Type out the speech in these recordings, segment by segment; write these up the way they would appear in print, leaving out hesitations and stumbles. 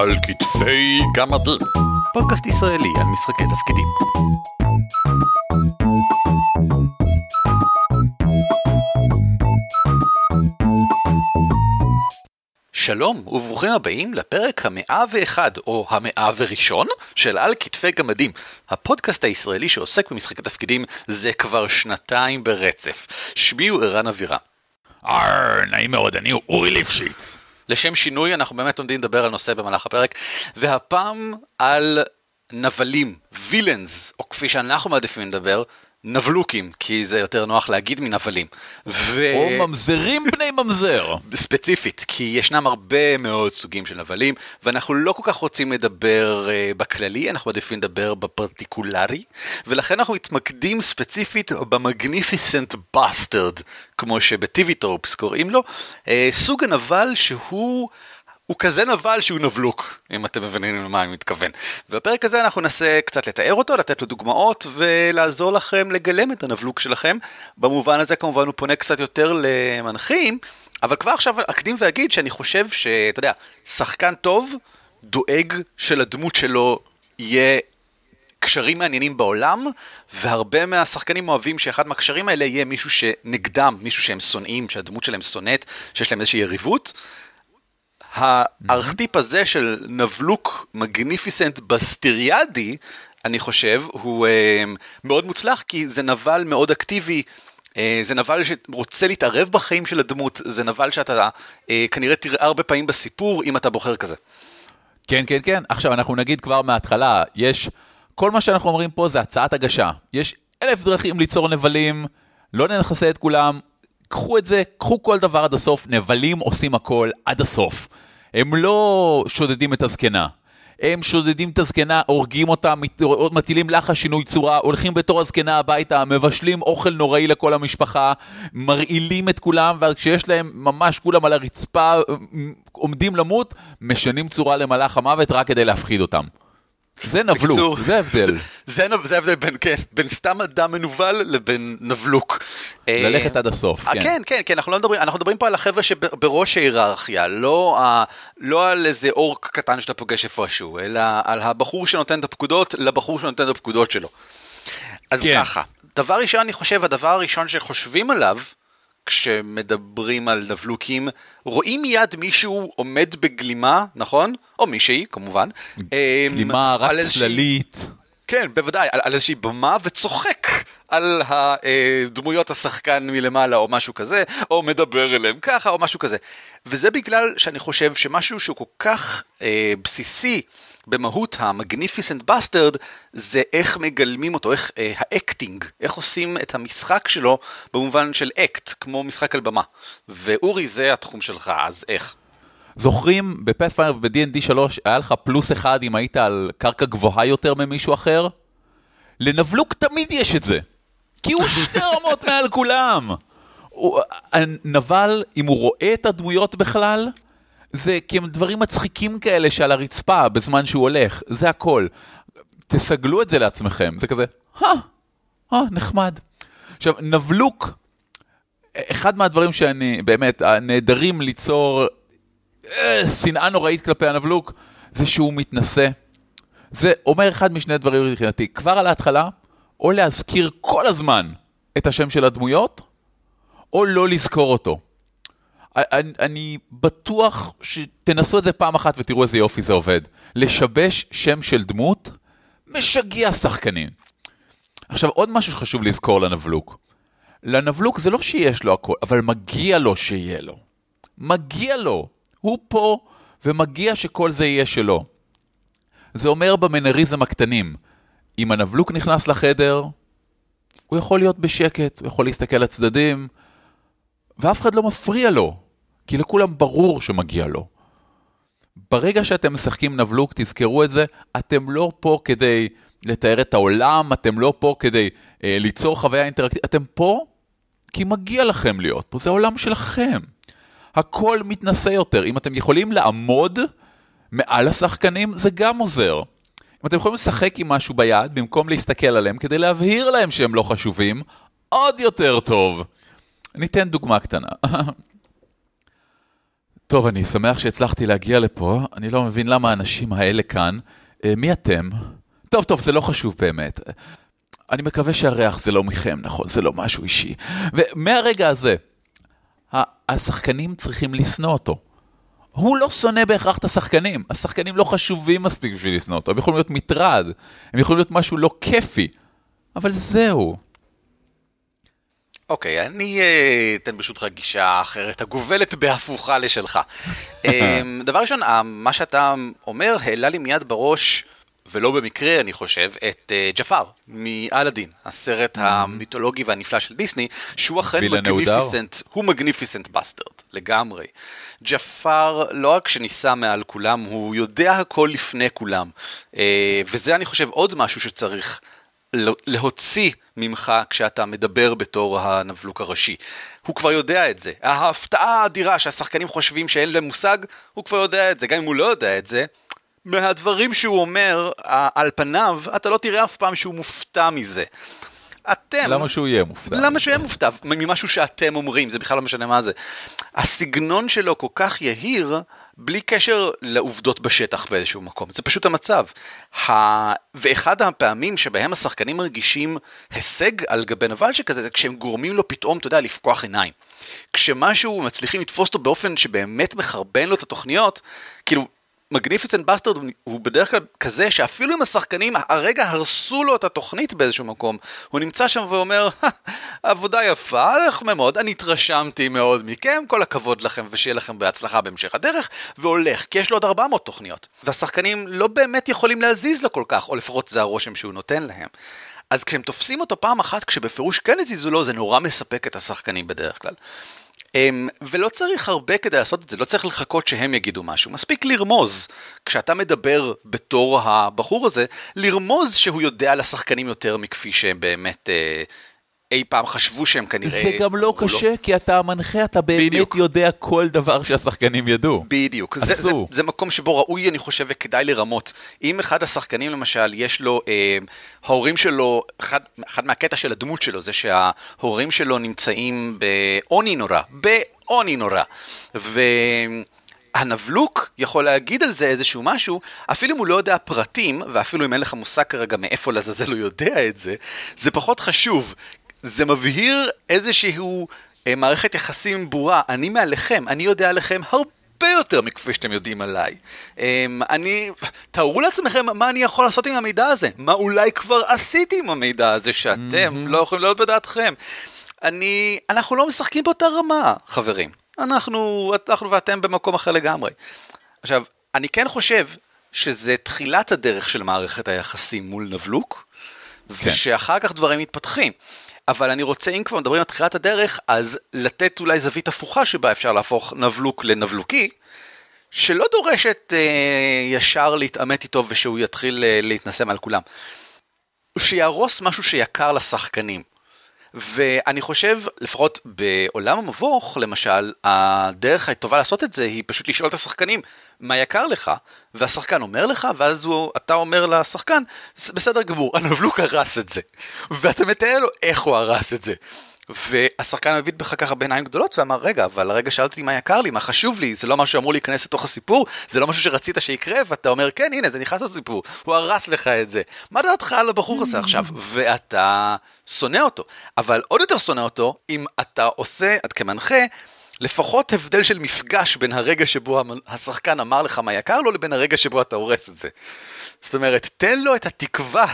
על כתפי גמדים, פודקאסט ישראלי על משחקי תפקידים. שלום וברוכים הבאים לפרק 101 או 101 של על כתפי גמדים, הפודקאסט הישראלי שעוסק במשחקי תפקידים זה כבר שנתיים ברצף. שמי הוא ערן אבירה. נעים מאוד, אני אורי ליפשיץ. לשם שינוי אנחנו באמת עומדים לדבר על נושא במהלך הפרק, והפעם על נבלים, וילנס, או כפי שאנחנו מעדיפים לדבר, נבלוקים, כי זה יותר נוח להגיד מנבלים. או ממזרים בני ממזר. ספציפית, כי ישנם הרבה מאוד סוגים של נבלים, ואנחנו לא כל כך רוצים לדבר בכללי, אנחנו מעדיפים לדבר בפרטיקולרי, ולכן אנחנו מתמקדים ספציפית במגניפיסנט בסטרד, כמו שבטיבי טרופס קוראים לו, סוג הנבל שהוא כזה נבל שהוא נבלוק, אם אתם מבינים למה אני מתכוון. ובפרק הזה אנחנו ננסה קצת לתאר אותו, לתת לו דוגמאות, ולעזור לכם לגלם את הנבלוק שלכם. במובן הזה כמובן הוא פונה קצת יותר למנחים, אבל כבר עכשיו אקדים ואגיד שאני חושב שאתה יודע, שחקן טוב דואג שלדמות שלו יהיה קשרים מעניינים בעולם, והרבה מהשחקנים אוהבים שאחד מהקשרים האלה יהיה מישהו שנגדם, מישהו שהם שונאים, שהדמות שלהם שונאת, שיש להם איזושהי יריבות. הארכטיפ הזה של נבלוק מגניפיסנט בסטריאדי, אני חושב, הוא מאוד מוצלח, כי זה נבל מאוד אקטיבי, זה נבל שרוצה להתערב בחיים של הדמות, זה נבל שאתה כנראה תראה הרבה פעמים בסיפור, אם אתה בוחר כזה. כן, כן, כן. עכשיו אנחנו נגיד כבר מההתחלה, כל מה שאנחנו אומרים פה זה הצעת הגשה. יש 1000 דרכים ליצור נבלים, לא ננסה את כולם, קחו את זה, קחו כל דבר עד הסוף, נבלים עושים הכל עד הסוף. הם לא שודדים את הזקנה. הם שודדים את הזקנה, הורגים אותה, מטילים לך שינוי צורה, הולכים בתור הזקנה הביתה, מבשלים אוכל נוראי לכל המשפחה, מרעילים את כולם, וכשיש להם ממש כולם על הרצפה, עומדים למות, משנים צורה למלאך המוות רק כדי להפחיד אותם. זה נבלוק, זה הבדל. זה הבדל בין סתם אדם מנוול לבין נבלוק. ללכת עד הסוף, כן. כן, אנחנו מדברים פה על החבר'ה שבראש ההיררכיה, לא על איזה אורק קטן שאתה פוגש איפשהו, אלא על הבחור שנותן את הפקודות, לבחור שנותן את הפקודות שלו. אז ככה, הדבר הראשון שחושבים עליו, כשמדברים על נבלוקים, רואים מיד מישהו עומד בגלימה, נכון? או מישהי, כמובן. גלימה רק צללית. כן, בוודאי, על איזושהי במה, וצוחק על דמויות השחקן מלמעלה, או משהו כזה, או מדבר אליהם ככה, או משהו כזה. וזה בגלל שאני חושב שמשהו שהוא כל כך בסיסי, במהות המגניפיסנט בסטרד, זה איך מגלמים אותו, איך האקטינג, איך עושים את המשחק שלו במובן של אקט, כמו משחק על במה. ואורי, זה התחום שלך, אז איך? זוכרים, בפאת'פיינדר וב-D&D 3 היה לך +1 אם היית על קרקע גבוהה יותר ממישהו אחר? לנבלוק תמיד יש את זה, כי הוא 2 רמות מעל כולם. הנבל, אם הוא רואה את הדמויות בכלל, זה כי הם דברים מצחיקים כאלה שעל הרצפה בזמן שהוא הולך, זה הכל. תסגלו את זה לעצמכם, זה כזה, נחמד. עכשיו, נבלוק, אחד מהדברים שאני באמת, הנהדרים ליצור שנאה נוראית כלפי הנבלוק, זה שהוא מתנסה. זה אומר אחד משני דברים מבחינתי, כבר על ההתחלה, או להזכיר כל הזמן את השם של הדמויות, או לא לזכור אותו. אני בטוח שתנסו את זה פעם אחת ותראו איזה יופי זה עובד. לשבש שם של דמות, משגע שחקנים. עכשיו, עוד משהו שחשוב לזכור לנבלוק. לנבלוק זה לא שיש לו הכל, אבל מגיע לו שיהיה לו. מגיע לו. הוא פה ומגיע שכל זה יהיה שלו. זה אומר במנריזם הקטנים. אם הנבלוק נכנס לחדר, הוא יכול להיות בשקט, הוא יכול להסתכל לצדדים, ואף אחד לא מפריע לו, כי לכולם ברור שמגיע לו. ברגע שאתם משחקים נבלוק, תזכרו את זה, אתם לא פה כדי לתאר את העולם, אתם לא פה כדי ליצור חוויה אינטראקטיבית, אתם פה כי מגיע לכם להיות פה, זה העולם שלכם. הכל מתנסה יותר, אם אתם יכולים לעמוד מעל השחקנים, זה גם עוזר. אם אתם יכולים לשחק עם משהו ביד, במקום להסתכל עליהם, כדי להבהיר להם שהם לא חשובים, עוד יותר טוב. ניתן דוגמה קטנה. טוב, אני שמח שהצלחתי להגיע לפה. אני לא מבין למה האנשים האלה כאן. מי אתם? טוב, זה לא חשוב באמת. אני מקווה שהריח זה לא מכם, נכון? זה לא משהו אישי. ומהרגע הזה, השחקנים צריכים לשנוא אותו. הוא לא שונא בהכרח את השחקנים. השחקנים לא חשובים מספיק בשביל לשנוא אותו. הם יכולים להיות מטרד. הם יכולים להיות משהו לא כיפי. אבל זהו. אוקיי, אני אתן ברשותך גישה אחרת, הגובלת בהפוכה לשלך. דבר ראשון, מה שאתה אומר העלה לי מיד בראש, ולא במקרה אני חושב, את ג'פר מאלאדין, הסרט המיתולוגי והנפלא של דיסני, שהוא אכן מגניפיסנט בסטרד, לגמרי. ג'פר לא רק שניסה מעל כולם, הוא יודע הכל לפני כולם, וזה אני חושב עוד משהו שצריך להוציא ממך כשאתה מדבר בתור הנבלוק הראשי. הוא כבר יודע את זה. ההפתעה האדירה שהשחקנים חושבים שאין להם מושג, הוא כבר יודע את זה. גם אם הוא לא יודע את זה, מהדברים שהוא אומר על פניו, אתה לא תראה אף פעם שהוא מופתע מזה. למה שהוא יהיה מופתע? למה שהוא יהיה מופתע? ממשהו שאתם אומרים, זה בכלל לא משנה מה זה. הסגנון שלו כל כך יהיר, בלי קשר לעובדות בשטח באיזשהו מקום. זה פשוט המצב. ואחד הפעמים שבהם השחקנים מרגישים הישג על גבי נבל שכזה, זה כשהם גורמים לו פתאום, אתה יודע, לפקוח עיניים. כשמשהו מצליחים לתפוס אותו באופן שבאמת מחרבן לו את התוכניות, כאילו, מגניפיסנט בסטרד הוא בדרך כלל כזה שאפילו אם השחקנים הרגע הרסו לו את התוכנית באיזשהו מקום, הוא נמצא שם ואומר, עבודה יפה, לכם מאוד, אני התרשמתי מאוד מכם, כל הכבוד לכם ושיהיה לכם בהצלחה בהמשך הדרך, והולך, כי יש לו עוד 400 תוכניות. והשחקנים לא באמת יכולים להזיז לו כל כך, או לפחות זה הרושם שהוא נותן להם. אז כשהם תופסים אותו פעם אחת, כשבפירוש כן הזיזו לו, זה נורא מספק את השחקנים בדרך כלל. ולא צריך הרבה כדי לעשות את זה, לא צריך לחכות שהם יגידו משהו, מספיק לרמוז, כשאתה מדבר בתור הבחור הזה, לרמוז שהוא יודע על השחקנים יותר מכפי שהם באמת אי פעם חשבו שהם כנראה... זה גם לא קשה, כי אתה המנחה, אתה באמת יודע כל דבר שהשחקנים ידעו. בדיוק, זה מקום שבו ראוי אני חושב וכדאי לרמות. אם אחד השחקנים למשל יש לו, ההורים שלו, אחד מהקטע של הדמות שלו, זה שההורים שלו נמצאים בעוני נורא, הנבלוק יכול להגיד על זה איזשהו משהו, אפילו אם הוא לא יודע פרטים, ואפילו אם אין לך מושג כרגע מאיפה לזלזל הוא יודע את זה, זה פחות חשוב. זה מבהיר איזשהו מערכת יחסים ברורה, אני מעליכם, אני יודע עליכם הרבה יותר מכפי שאתם יודעים עליי. תארו לעצמכם מה אני יכול לעשות עם המידע הזה, מה אולי כבר עשיתי עם המידע הזה שאתם לא יכולים להיות בדעתכם. אנחנו לא משחקים באותה רמה, חברים. אנחנו ואתם במקום אחר לגמרי. עכשיו, אני כן חושב שזה תחילת הדרך של מערכת היחסים מול נבלוק, ושאחר כך דברים מתפתחים. אבל אני רוצה, אם כבר מדברים על תחילת הדרך, אז לתת אולי זווית הפוכה שבה אפשר להפוך נבלוק לנבלוקי, שלא דורשת ישר להתאמת איתו ושהוא יתחיל להתנסה מעל כולם. שירוס משהו שיקר לשחקנים. ואני חושב, לפחות בעולם המבוך, למשל, הדרך הטובה לעשות את זה היא פשוט לשאול את השחקנים מה יקר לך, והשחקן אומר לך, ואז אתה אומר לשחקן, בסדר גמור, הנבלוק הרס את זה. ואתה מתאר לו איך הוא הרס את זה. והשחקן מביט בך ככה בעיניים גדולות, ואמר, רגע, אבל הרגע שאלתי מה יקר לי, מה חשוב לי, זה לא משהו שאמור להיכנס לתוך הסיפור, זה לא משהו שרצית שיקרה, ואתה אומר, כן, הנה, זה נכנס לסיפור, הוא הרס לך את זה. מה דעתך על הבחור הזה עכשיו? ואתה שונא אותו. אבל עוד יותר שונא אותו, אם אתה עושה, את כמנחה, לפחות הבדל של מפגש בין הרגע שבו השחקן אמר לך מה יקר לו, לבין הרגע שבו אתה הורס את זה. זאת אומרת, תן לו את התקווה.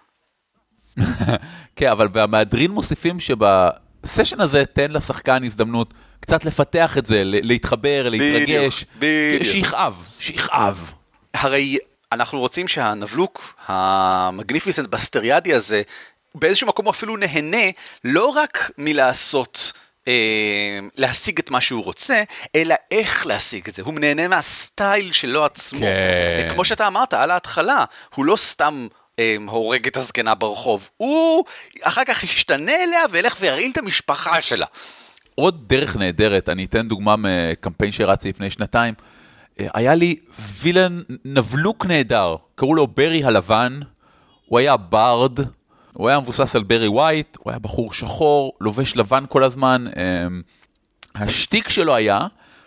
כן, אבל המהדרין מוסיפים שבסשן הזה תן לשחקן הזדמנות קצת לפתח את זה, להתחבר, להתרגש, שיכאב. הרי אנחנו רוצים שהנבלוק, המגניפיסנט בסטריאדי הזה, באיזשהו מקום הוא אפילו נהנה, לא רק מלעשות, להשיג את מה שהוא רוצה, אלא איך להשיג את זה. הוא נהנה מהסטייל שלו עצמו. כן. כמו שאתה אמרת, על ההתחלה, הוא לא סתם הורג את הזקנה ברחוב, הוא אחר כך ישתנה אליה וילך וירעיל את המשפחה שלה. עוד דרך נהדרת, אני אתן דוגמה מקמפיין שרצתי לפני 2, היה לי וילן נבלוק נהדר, קראו לו ברי הלבן, הוא היה ברד, הוא היה מבוסס על ברי ווייט, הוא היה בחור שחור, לובש לבן כל הזמן, השטיק שלו היה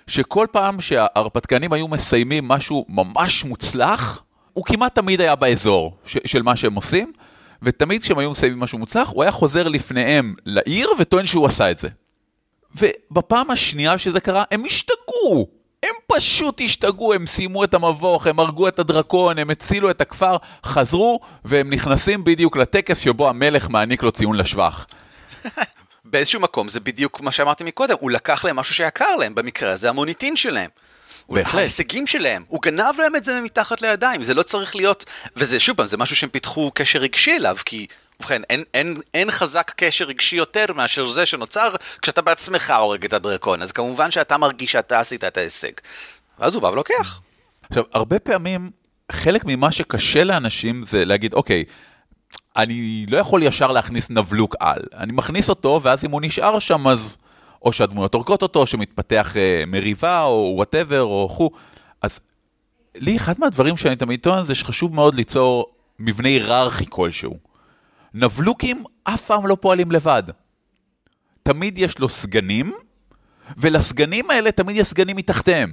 שכל פעם שההרפתקנים היו מסיימים משהו ממש מוצלח, הוא כמעט תמיד היה באזור של מה שהם עושים, ותמיד כשהם היו מסיימים משהו מוצלח, הוא היה חוזר לפניהם לעיר וטוען שהוא עשה את זה. ובפעם השנייה שזה קרה, הם השתגעו. הם פשוט השתגעו, הם סיימו את המבוך, הם הרגו את הדרקון, הם הצילו את הכפר, חזרו, והם נכנסים בדיוק לטקס שבו המלך מעניק לו ציון לשבח. באיזשהו מקום, זה בדיוק מה שאמרתי מקודם, הוא לקח להם משהו שיקר להם, במקרה הזה המוניטין שלהם. ההישגים שלהם, הוא גנב להם את זה מתחת לידיים, זה לא צריך להיות, וזה שוב פעם, זה משהו שהם פיתחו קשר רגשי אליו, כי ובכן, אין חזק קשר רגשי יותר מאשר זה שנוצר כשאתה בעצמך הורג את הדרקון, אז כמובן שאתה מרגיש שאתה עשית את ההישג. ואז הוא בא ולוקח. עכשיו, הרבה פעמים, חלק ממה שקשה לאנשים זה להגיד, אוקיי, אני לא יכול ישר להכניס נבלוק על, אני מכניס אותו, ואז אם הוא נשאר שם, אז או שהדמויות הורגות אותו, או שמתפתח מריבה, או whatever, או חו. אז לי, אחד מהדברים שאני תמיד טוען, זה שחשוב מאוד ליצור מבנה היררכי כלשהו. נבלוקים אף פעם לא פועלים לבד. תמיד יש לו סגנים, ולסגנים האלה תמיד יש סגנים מתחתיהם.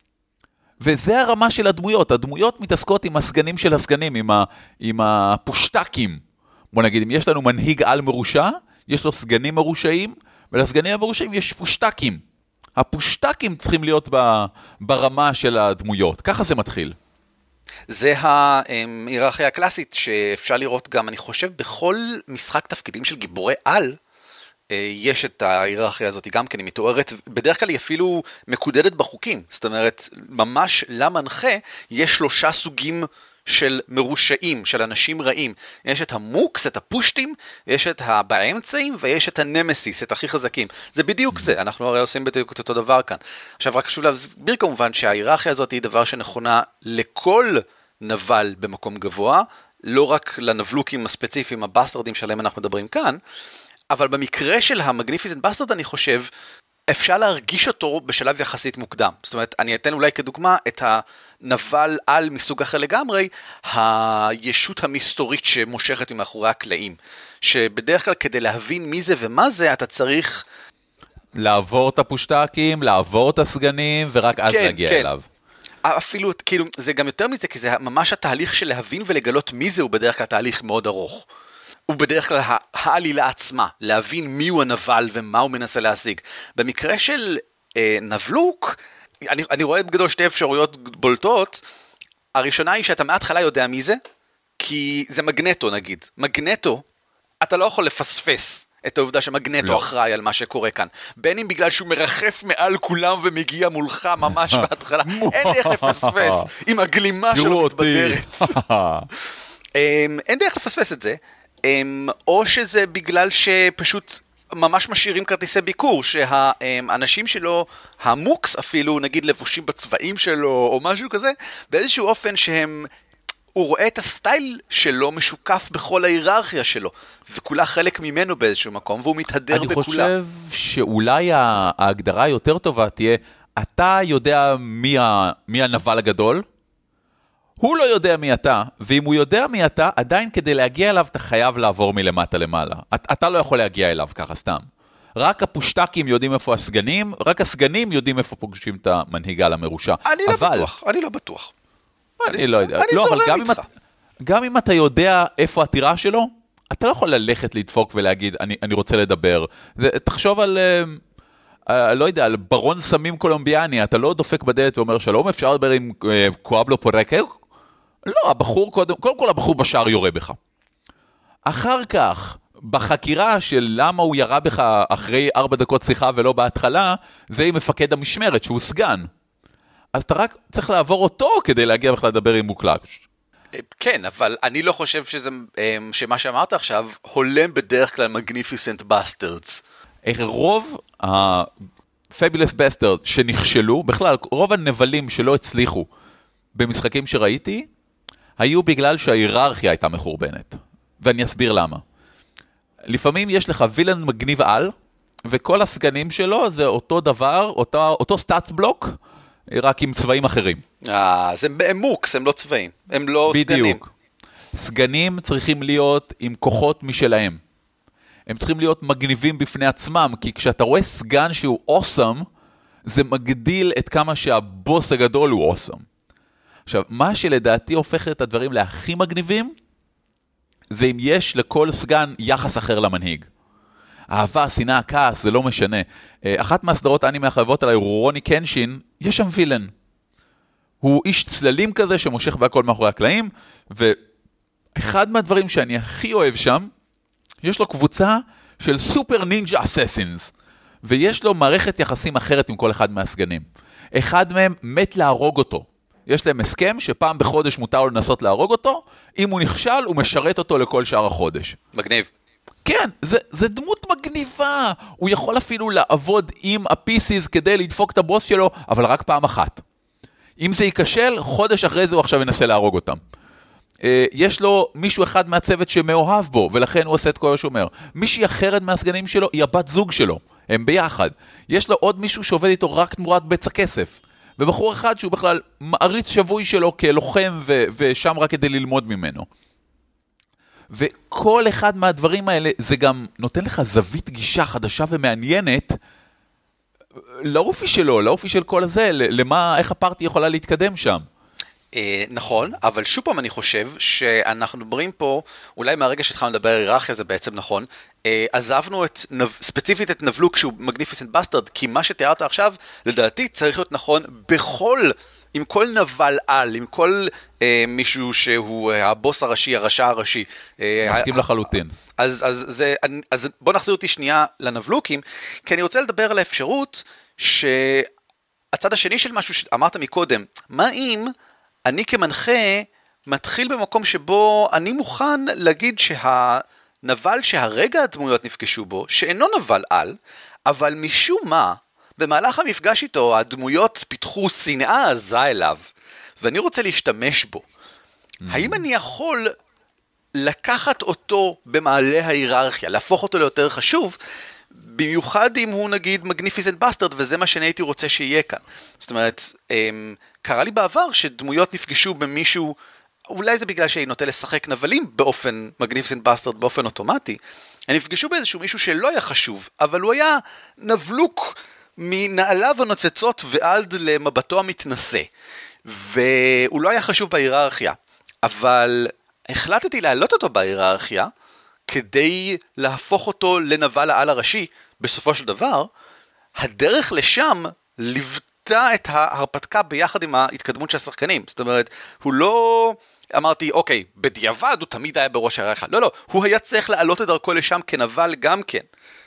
וזה הרמה של הדמויות. הדמויות מתעסקות עם הסגנים של הסגנים, עם הפושטקים. בוא נגיד, אם יש לנו מנהיג על מרושע, יש לו סגנים מרושעים, ולסגנים המרושעים יש פושטקים. הפושטקים צריכים להיות ברמה של הדמויות. ככה זה מתחיל. זה ההיררכיה הקלאסית שאפשר לראות גם, אני חושב, בכל משחק תפקידים של גיבורי על, יש את ההיררכיה הזאת גם כן, היא מתוארת, בדרך כלל היא אפילו מקודדת בחוקים, זאת אומרת, ממש למנחה יש 3 סוגים של מרושעים, של אנשים רעים. יש את המוקס, את הפושטים, יש את הבאמצעים, ויש את הנמסיס, את הכי חזקים. זה בדיוק זה, אנחנו הרי עושים בדיוק את אותו דבר כאן. עכשיו רק חשוב להסביר כמובן שההיררכיה הזאת היא דבר שנכונה לכל נבל במקום גבוה, לא רק לנבלוקים הספציפיים, הבאסטרדים שעליהם אנחנו מדברים כאן, אבל במקרה של המגניפיסנט באסטרד אני חושב, אפשר להרגיש אותו בשלב יחסית מוקדם. זאת אומרת, אני אתן אולי כדוגמה את הנבל על מסוג אחר לגמרי, הישות המסתורית שמושכת ממאחורי הקלעים. שבדרך כלל כדי להבין מי זה ומה זה, אתה צריך לעבור את הפושטקים, לעבור את הסגנים, ורק אז להגיע אליו. אפילו, כאילו, זה גם יותר מזה, כי זה ממש התהליך של להבין ולגלות מי זה, הוא בדרך כלל תהליך מאוד ארוך. הוא בדרך כלל העלילה עצמה, להבין מי הוא הנבל ומה הוא מנסה להשיג. במקרה של נבלוק, אני רואה בגדול 2 אפשרויות בולטות. הראשונה היא שאתה מההתחלה יודע מי זה, כי זה מגנטו נגיד. מגנטו, אתה לא יכול לפספס את העובדה שמגנטו אחראי על מה שקורה כאן. בין אם בגלל שהוא מרחף מעל כולם ומגיע מולך ממש בהתחלה. אין דרך לפספס עם הגלימה שלו מתבדרת. אין דרך לפספס את זה. או שזה בגלל שפשוט ממש משאירים כרטיסי ביקור, שהאנשים שלו, המוקס אפילו, נגיד לבושים בצבעים שלו, או משהו כזה, באיזשהו אופן הוא רואה את הסטייל שלו משוקף בכל ההיררכיה שלו, וכולה חלק ממנו באיזשהו מקום, והוא מתהדר בכולה. אני חושב שאולי ההגדרה יותר טובה תהיה, אתה יודע מי הנבל הגדול, הוא לא יודע מי אתה, ואם הוא יודע מי אתה, עדיין כדי להגיע אליו אתה חייב לעבור מלמטה למעלה. אתה לא יכול להגיע אליו ככה סתם. רק הפושטקים יודעים איפה הסגנים, רק הסגנים יודעים איפה פוגשים את המנהיגה למרושע. אני לא בטוח. אני לא יודע. לא, אבל גם אם אתה יודע איפה הטירה שלו, אתה לא יכול ללכת לדפוק ולהגיד, אני רוצה לדבר. תחשוב על לא יודע, על ברון סמים קולומביאני, אתה לא דופק בדלת ואומר, שלום, אפשר לדבר עם קואבלו פורקר? לא, קודם כל הבחור בשער יורה בך. אחר כך, בחקירה של למה הוא ירה בך אחרי 4 דקות שיחה ולא בהתחלה, זה עם מפקד המשמרת, שהוא סגן. אז אתה רק צריך לעבור אותו כדי להגיע בכלל לדבר עם מוקלש. כן, אבל אני לא חושב שמה שאמרת עכשיו, הולם בדרך כלל מגניפיסנט בסטרדס. רוב ה-Fabulous Bastard שנכשלו, בכלל, רוב הנבלים שלא הצליחו במשחקים שראיתי, היו בגלל שההיררכיה הייתה מחורבנת. ואני אסביר למה. לפעמים יש לך וילן מגניב על, וכל הסגנים שלו זה אותו דבר, אותו סטאצ בלוק, רק עם צבעים אחרים. הם מוקס, הם לא צבעים, הם לא סגנים. בדיוק. סגנים צריכים להיות עם כוחות משלהם. הם צריכים להיות מגניבים בפני עצמם, כי כשאתה רואה סגן שהוא awesome, זה מגדיל את כמה שהבוס הגדול הוא awesome. עכשיו, מה שלדעתי הופך את הדברים להכי מגניבים, זה אם יש לכל סגן יחס אחר למנהיג. אהבה, שנאה, כעס, זה לא משנה. אחת מהסדרות האנימה החביבות עליי, רוני קנשין, יש שם וילן. הוא איש צללים כזה שמושך בהכל מאחורי הקלעים, ואחד מהדברים שאני הכי אוהב שם, יש לו קבוצה של סופר נינג'ה אססינס, ויש לו מערכת יחסים אחרת עם כל אחד מהסגנים. אחד מהם מת להרוג אותו. יש להם הסכם שפעם בחודש מותר לו לנסות להרוג אותו, אם הוא נכשל הוא משרת אותו לכל שאר החודש. מגניב. כן, זה דמות מגניבה. הוא יכול אפילו לעבוד עם הפיסיס כדי לדפוק את הבוס שלו, אבל רק פעם אחת. אם זה ייכשל, חודש אחרי זה הוא עכשיו ינסה להרוג אותם. יש לו מישהו אחד מהצוות שמאוהב בו, ולכן הוא עושה את כל מה שהוא אומר. מישהי אחרת מהסגנים שלו היא הבת זוג שלו. הם ביחד. יש לו עוד מישהו שעובד איתו רק תמורת בצע כסף. ובחור אחד שהוא בכלל מעריץ שבוי שלו כלוחם ושם רק כדי ללמוד ממנו. וכל אחד מהדברים האלה זה גם נותן לך זווית גישה חדשה ומעניינת לאופי שלו, לאופי של כל הזה, למה, איך הפארטי יכולה להתקדם שם. נכון, אבל שוב פעם אני חושב שאנחנו מדברים פה, אולי מהרגע שהתחלנו לדבר היררכיה זה בעצם נכון, עזבנו ספציפית את נבלוק שהוא מגניפיסנט בסטרד, כי מה שתיארת עכשיו, לדעתי צריך להיות נכון עם כל נבל על, עם כל מישהו שהוא הבוס הראשי, הרשע הראשי. מסכים לחלוטין. אז בוא נחזיר אותי שנייה לנבלוקים, כי אני רוצה לדבר על האפשרות שהצד השני של משהו שאמרת מקודם, מה אם אני כמנחה מתחיל במקום שבו אני מוכן להגיד שהנבל שהרגע הדמויות נפגשו בו, שאינו נבל על, אבל משום מה, במהלך המפגש איתו הדמויות פיתחו שנאה עזה אליו, ואני רוצה להשתמש בו. האם אני יכול לקחת אותו במעלה ההיררכיה, להפוך אותו ליותר חשוב, במיוחד אם הוא נגיד מגניפיסנט בסטרד, וזה מה שאני הייתי רוצה שיהיה כאן. זאת אומרת, קרה לי בעבר שדמויות נפגשו במישהו, אולי זה בגלל שהיא נוטה לשחק נבלים באופן מגניפיסנט בסטרד, באופן אוטומטי, הם נפגשו באיזשהו מישהו שלא היה חשוב, אבל הוא היה נבלוק מנעליו הנוצצות ועד למבטו המתנשא, והוא לא היה חשוב בהיררכיה, אבל החלטתי להעלות אותו בהיררכיה, כדי להפוך אותו לנבל העל הראשי, בסופו של דבר, הדרך לשם ליוותה את ההרפתקה ביחד עם ההתקדמות של השחקנים. זאת אומרת, הוא לא אמרתי, אוקיי, בדיעבד הוא תמיד היה בראש ההיררכיה. לא, הוא היה צריך לעלות את דרכו לשם כנבל גם כן.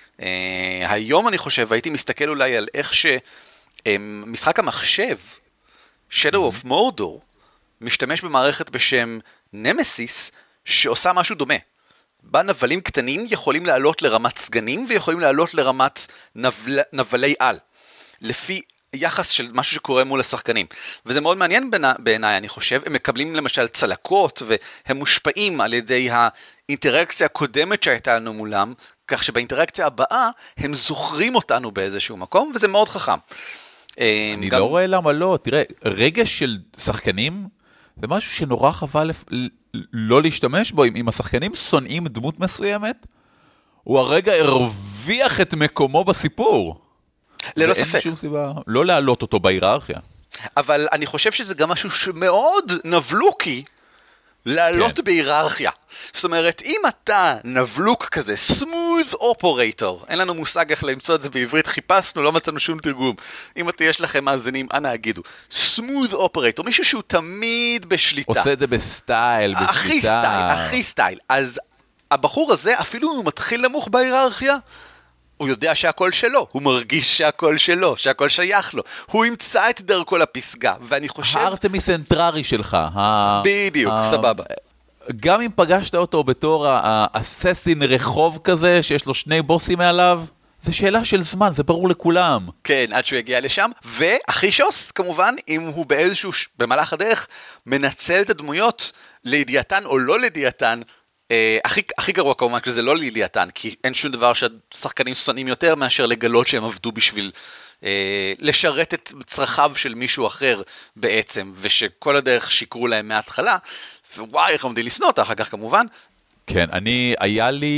היום אני חושב, הייתי מסתכל אולי על איך שמשחק המחשב, Shadow of Mordor, משתמש במערכת בשם נמסיס, שעושה משהו דומה. בה נבלים קטנים יכולים לעלות לרמת סגנים, ויכולים לעלות לרמת נבלי על, לפי יחס של משהו שקורה מול השחקנים. וזה מאוד מעניין בעיניי, אני חושב. הם מקבלים למשל צלקות, והם מושפעים על ידי האינטראקציה הקודמת שהייתה לנו מולם, כך שבאינטראקציה הבאה הם זוכרים אותנו באיזשהו מקום, וזה מאוד חכם. אני לא רואה למה לא. תראה, רגש של שחקנים, זה משהו שנורא חבל לא להשתמש בו. אם השחקנים שונאים דמות מסוימת, הוא הרגע הרוויח את מקומו בסיפור. ללא ספק. ואין שום סיבה לא להעלות אותו בהיררכיה. אבל אני חושב שזה גם משהו שמאוד נבלוקי, לעלות בהיררכיה. זאת אומרת, אם אתה נבלוק כזה, smooth operator, אין לנו מושג איך למצוא את זה בעברית, חיפשנו, לא מצאנו שום תרגום. אם יש לכם מאזינים, אנא הגידו. smooth operator, מישהו שהוא תמיד בשליטה. עושה את זה בסטייל, בשליטה. הכי סטייל. אז הבחור הזה, אפילו אם הוא מתחיל נמוך בהיררכיה, הוא יודע שהכל שלו, הוא מרגיש שהכל שלו, שהכל שייך לו. הוא ימצא את דרכו לפסגה, ואני חושב... הארטמיס סנטררי שלך. בדיוק, סבבה. גם אם פגשת אותו בתור האססין רחוב כזה, שיש לו שני בוסים מעליו, זה שאלה של זמן, זה ברור לכולם. כן, עד שהוא יגיע לשם. והכי שוס, כמובן, אם הוא באיזשהו, במהלך הדרך, מנצל את הדמויות לידיעתן או לא לידיעתן, הכי גרוע כמובן שזה לא לידיעתן, כי אין שום דבר שהשחקנים שונאים יותר מאשר לגלות שהם עבדו בשביל לשרת את צרכיו של מישהו אחר בעצם, ושכל הדרך שיקרו להם מההתחלה, ווואי, איך עומדים לשנוא אותה אחר כך כמובן. כן, היה לי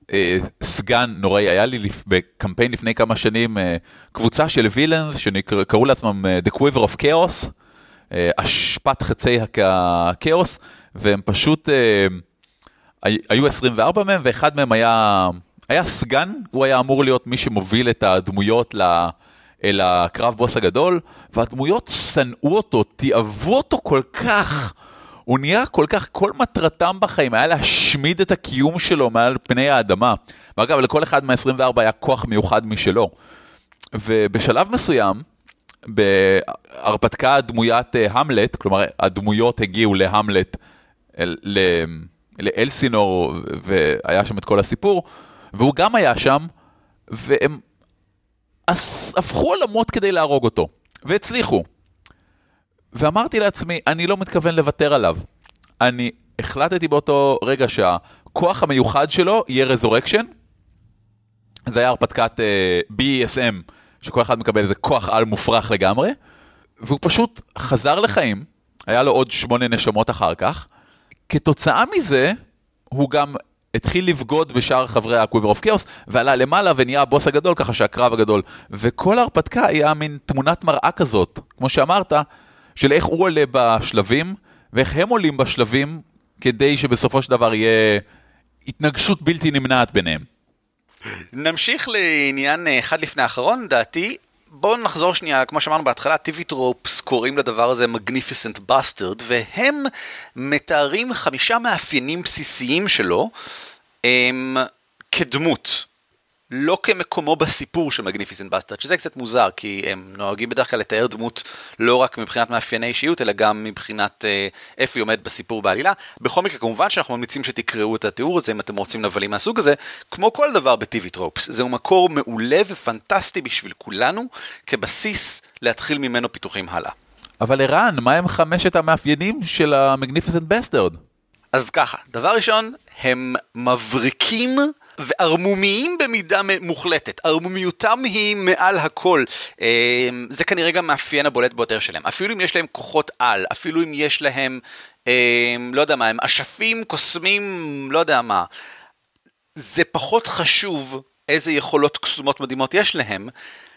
סגן נוראי, היה לי בקמפיין לפני כמה שנים קבוצה של וילאנס שקראו לעצמם The Quiver of Chaos, השפט חצי הכאוס, והם פשוט, היו 24 מהם, ואחד מהם היה סגן, הוא היה אמור להיות מי שמוביל את הדמויות אל הקרב בוס הגדול, והדמויות שנאו אותו, תיאבו אותו כל כך, הוא נהיה כל כך, כל מטרתם בחיים היה להשמיד את הקיום שלו מעל פני האדמה. ואגב, לכל אחד מה-24 היה כוח מיוחד משלו. ובשלב מסוים, בהרפתקה דמוית המלט, כלומר הדמויות הגיעו להמלט, לאלסינור, והיה שם את כל הסיפור, והוא גם היה שם, והם הפכו עולמות כדי להרוג אותו, והצליחו. ואמרתי לעצמי, אני לא מתכוון לוותר עליו. אני החלטתי באותו רגע שהכוח המיוחד שלו יהיה רזורקשן. זה היה הרפתקת BSM, שכל אחד מקבל איזה כוח על מופרך לגמרי, והוא פשוט חזר לחיים, היה לו עוד 8 נשמות אחר כך. כתוצאה מזה, הוא גם התחיל לבגוד בשאר חברי ה-Quiver of Chaos, ועלה למעלה ונהיה הבוס הגדול, ככה שהקרב הגדול. וכל ההרפתקה היה מין תמונת מראה כזאת, כמו שאמרת, של איך הוא עולה בשלבים, ואיך הם עולים בשלבים, כדי שבסופו של דבר יהיה התנגשות בלתי נמנעת ביניהם. נמשיך לעניין אחד לפני האחרון, דעתי, בואו נחזור שנייה, כמו שאמרנו בהתחלה, טיביטרופס קוראים לדבר הזה Magnificent Bastard, והם מתארים 5 מאפיינים בסיסיים שלו כדמות. לא כמקומו בסיפור של Magnificent Bastard, שזה קצת מוזר, כי הם נוהגים בדרך כלל לתאר דמות לא רק מבחינת מאפייני אישיות, אלא גם מבחינת איפה היא עומד בסיפור בעלילה. בכל מקרה, כמובן שאנחנו ממליצים שתקראו את התיאור הזה, אם אתם רוצים נבלים מהסוג הזה, כמו כל דבר בטיביטרופס. זהו מקור מעולה ופנטסטי בשביל כולנו, כבסיס להתחיל ממנו פיתוחים הלאה. אבל ערן, מה הם 5 המאפיינים של ה-Magnificent Bastard? אז ככה, דבר ראשון, הם מבריקים וערמומיים במידה מוחלטת. ערמומיותם היא מעל הכל. זה כנראה גם מאפיין הבולט ביותר שלהם. אפילו אם יש להם כוחות על, אפילו אם יש להם, לא יודע מה, הם אשפים, קוסמים, לא יודע מה. זה פחות חשוב איזה יכולות קסומות מדהימות יש להם,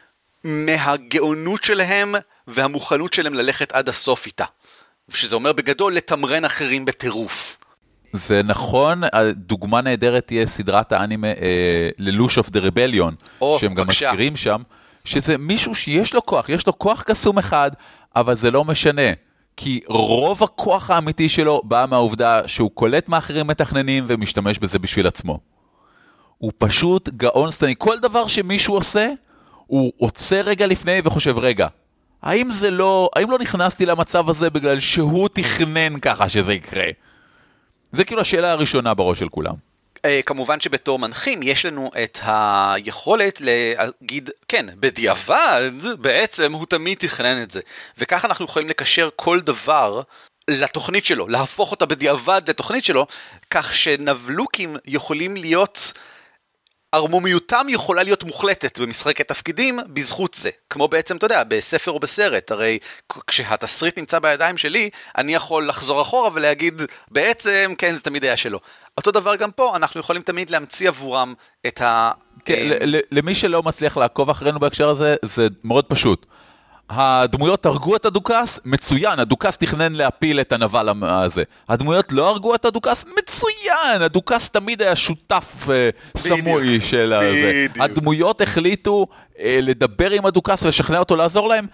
מהגאונות שלהם והמוכנות שלהם ללכת עד הסוף איתה. שזה אומר בגדול לתמרן אחרים בטירוף. זה נכון, הדוגמה נהדרת תהיה סדרת האנימה ללוש אוף דה רבליון, שהם גם מזכירים שם, שזה מישהו שיש לו כוח, יש לו כוח קסום אחד, אבל זה לא משנה, כי רוב הכוח האמיתי שלו בא מהעובדה שהוא קולט מאחרים מתכננים ומשתמש בזה בשביל עצמו. הוא פשוט גאון סטני, כל דבר שמישהו עושה, הוא עוצר רגע לפני וחושב רגע, האם לא נכנסתי למצב הזה בגלל שהוא תכנן ככה שזה יקרה? זה כאילו השאלה הראשונה בראש של כולם. כמובן שבתור מנחים יש לנו את היכולת להגיד, כן, בדיעבד בעצם הוא תמיד תכנן את זה. וכך אנחנו יכולים לקשר כל דבר לתוכנית שלו, להפוך אותה בדיעבד לתוכנית שלו, כך שנבלוקים יכולים להיות, ערמומיותם יכולה להיות מוחלטת במשחקי תפקידים בזכות זה. כמו בעצם, אתה יודע, בספר או בסרט, הרי כשהתסריט נמצא בידיים שלי, אני יכול לחזור אחורה ולהגיד, בעצם, כן, זה תמיד היה שלו. אותו דבר גם פה, אנחנו יכולים תמיד להמציא עבורם את ה... כן, למי שלא מצליח לעקוב אחרינו בהקשר הזה, זה מאוד פשוט. הדמויות הרגו את הדוקס, מצוין, הדוקס תכנן להפיל את הנבל הזה. הדמויות לא הרגו את הדוקס, מצוין, הדוקס תמיד היה שותף סמוי של זה. הדמויות החליטו לדבר עם הדוקס ולשכנע אותו לעזור להם,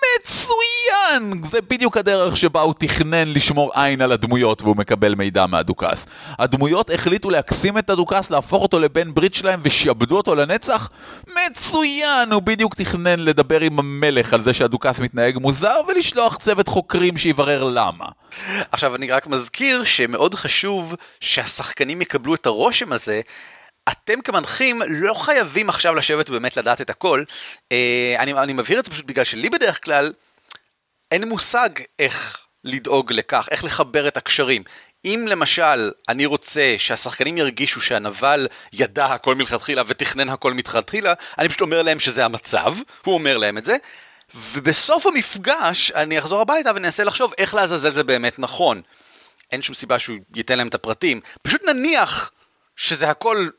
מצוין, זה בדיוק הדרך שבה הוא תכנן לשמור עין על הדמויות והוא מקבל מידע מהדוקס. הדמויות החליטו להקסים את הדוקס, להפוך אותו לבן ברית שלהם ושיעבדו אותו לנצח, מצוין, הוא בדיוק תכנן לדבר עם המלך על זה שהדוקס מתנהג מוזר ולשלוח צוות חוקרים שיברר למה. עכשיו אני רק מזכיר שמאוד חשוב שהשחקנים יקבלו את הרושם הזה, אתם כמנחים לא חייבים עכשיו לשבת באמת לדעת את הכל, אני מבהיר את זה פשוט בגלל שלי בדרך כלל אין מושג איך לדאוג לכך, איך לחבר את הקשרים. אם למשל אני רוצה שהשחקנים ירגישו שהנבל ידע הכל מלכתחילה ותכנן הכל מלכתחילה, אני פשוט אומר להם שזה המצב, הוא אומר להם את זה, ובסוף המפגש אני אחזור הביתה וננסה לחשוב איך לעזאזל זה באמת נכון. אין שום סיבה שהוא ייתן להם את הפרטים, פשוט נניח שזה הכל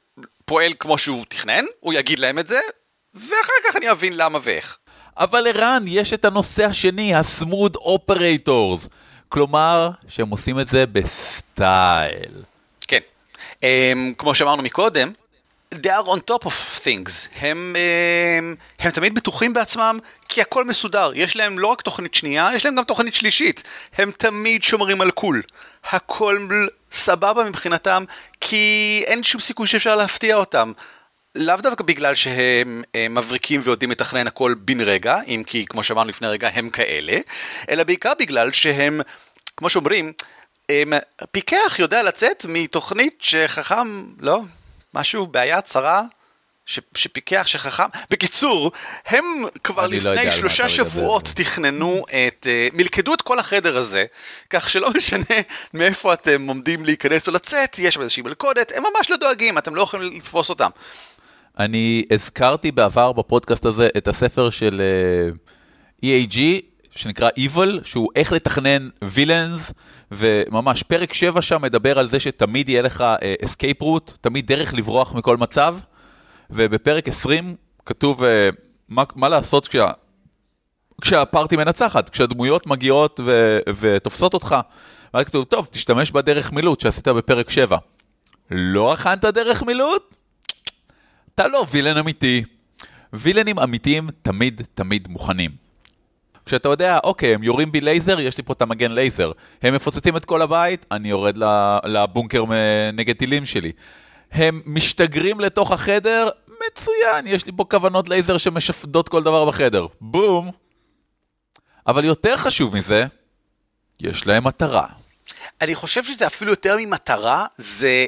פועל כמו שהוא תכנן, הוא יגיד להם את זה, ואחר כך אני אבין למה ואיך. אבל ערן, יש את הנושא השני, ה-smooth operators. כלומר, שהם עושים את זה בסטייל. כן. כמו שאמרנו מקודם, they are on top of things. הם תמיד בטוחים בעצמם, כי הכל מסודר. יש להם לא רק תוכנית שנייה, יש להם גם תוכנית שלישית. הם תמיד שומרים על קול. הכל סבבה מבחינתם, כי אין שום סיכוי שאפשר להפתיע אותם. לאו דווקא בגלל שהם מבריקים ויודעים לתכנן הכל בן רגע, אם כי כמו שאמרנו לפני רגע הם כאלה, אלא בעיקר בגלל שהם, כמו שאומרים, פיקח יודע לצאת מתוכנית שחכם, לא, משהו, בעיה צרה, שפיקח שחכם. בקיצור, הם כבר לפני 3 שבועות תכננו מלכדו את כל החדר הזה, כך שלא משנה מאיפה אתם עומדים להיכנס או לצאת, יש איזושהי מלכודת, הם ממש לא דואגים, אתם לא יכולים לתפוס אותם. אני הזכרתי בעבר בפודקאסט הזה את הספר של EAG, שנקרא Evil, שהוא איך לתכנן וילאנס, וממש פרק 7 שם מדבר על זה שתמיד יהיה לך escape route, תמיד דרך לברוח מכל מצב, ובפרק 20 כתוב מה לעשות כשהפארטי מנצחת, כשהדמויות מגיעות ותופסות אותך, ואז כתוב, טוב, תשתמש בדרך מילוט שעשית בפרק 7. לא הכנת דרך מילוט? אתה לא וילן אמיתי. וילנים אמיתיים תמיד מוכנים. כשאתה יודע, אוקיי, הם יורים בי לייזר, יש לי פה את המגן לייזר. הם מפוצצים את כל הבית, אני יורד לבונקר נגד טילים שלי. הם משתגרים לתוך החדר, מצוין, יש לי פה כוונות לייזר שמשפדות כל דבר בחדר. בום. אבל יותר חשוב מזה, יש להם מטרה. אני חושב שזה אפילו יותר ממטרה, זה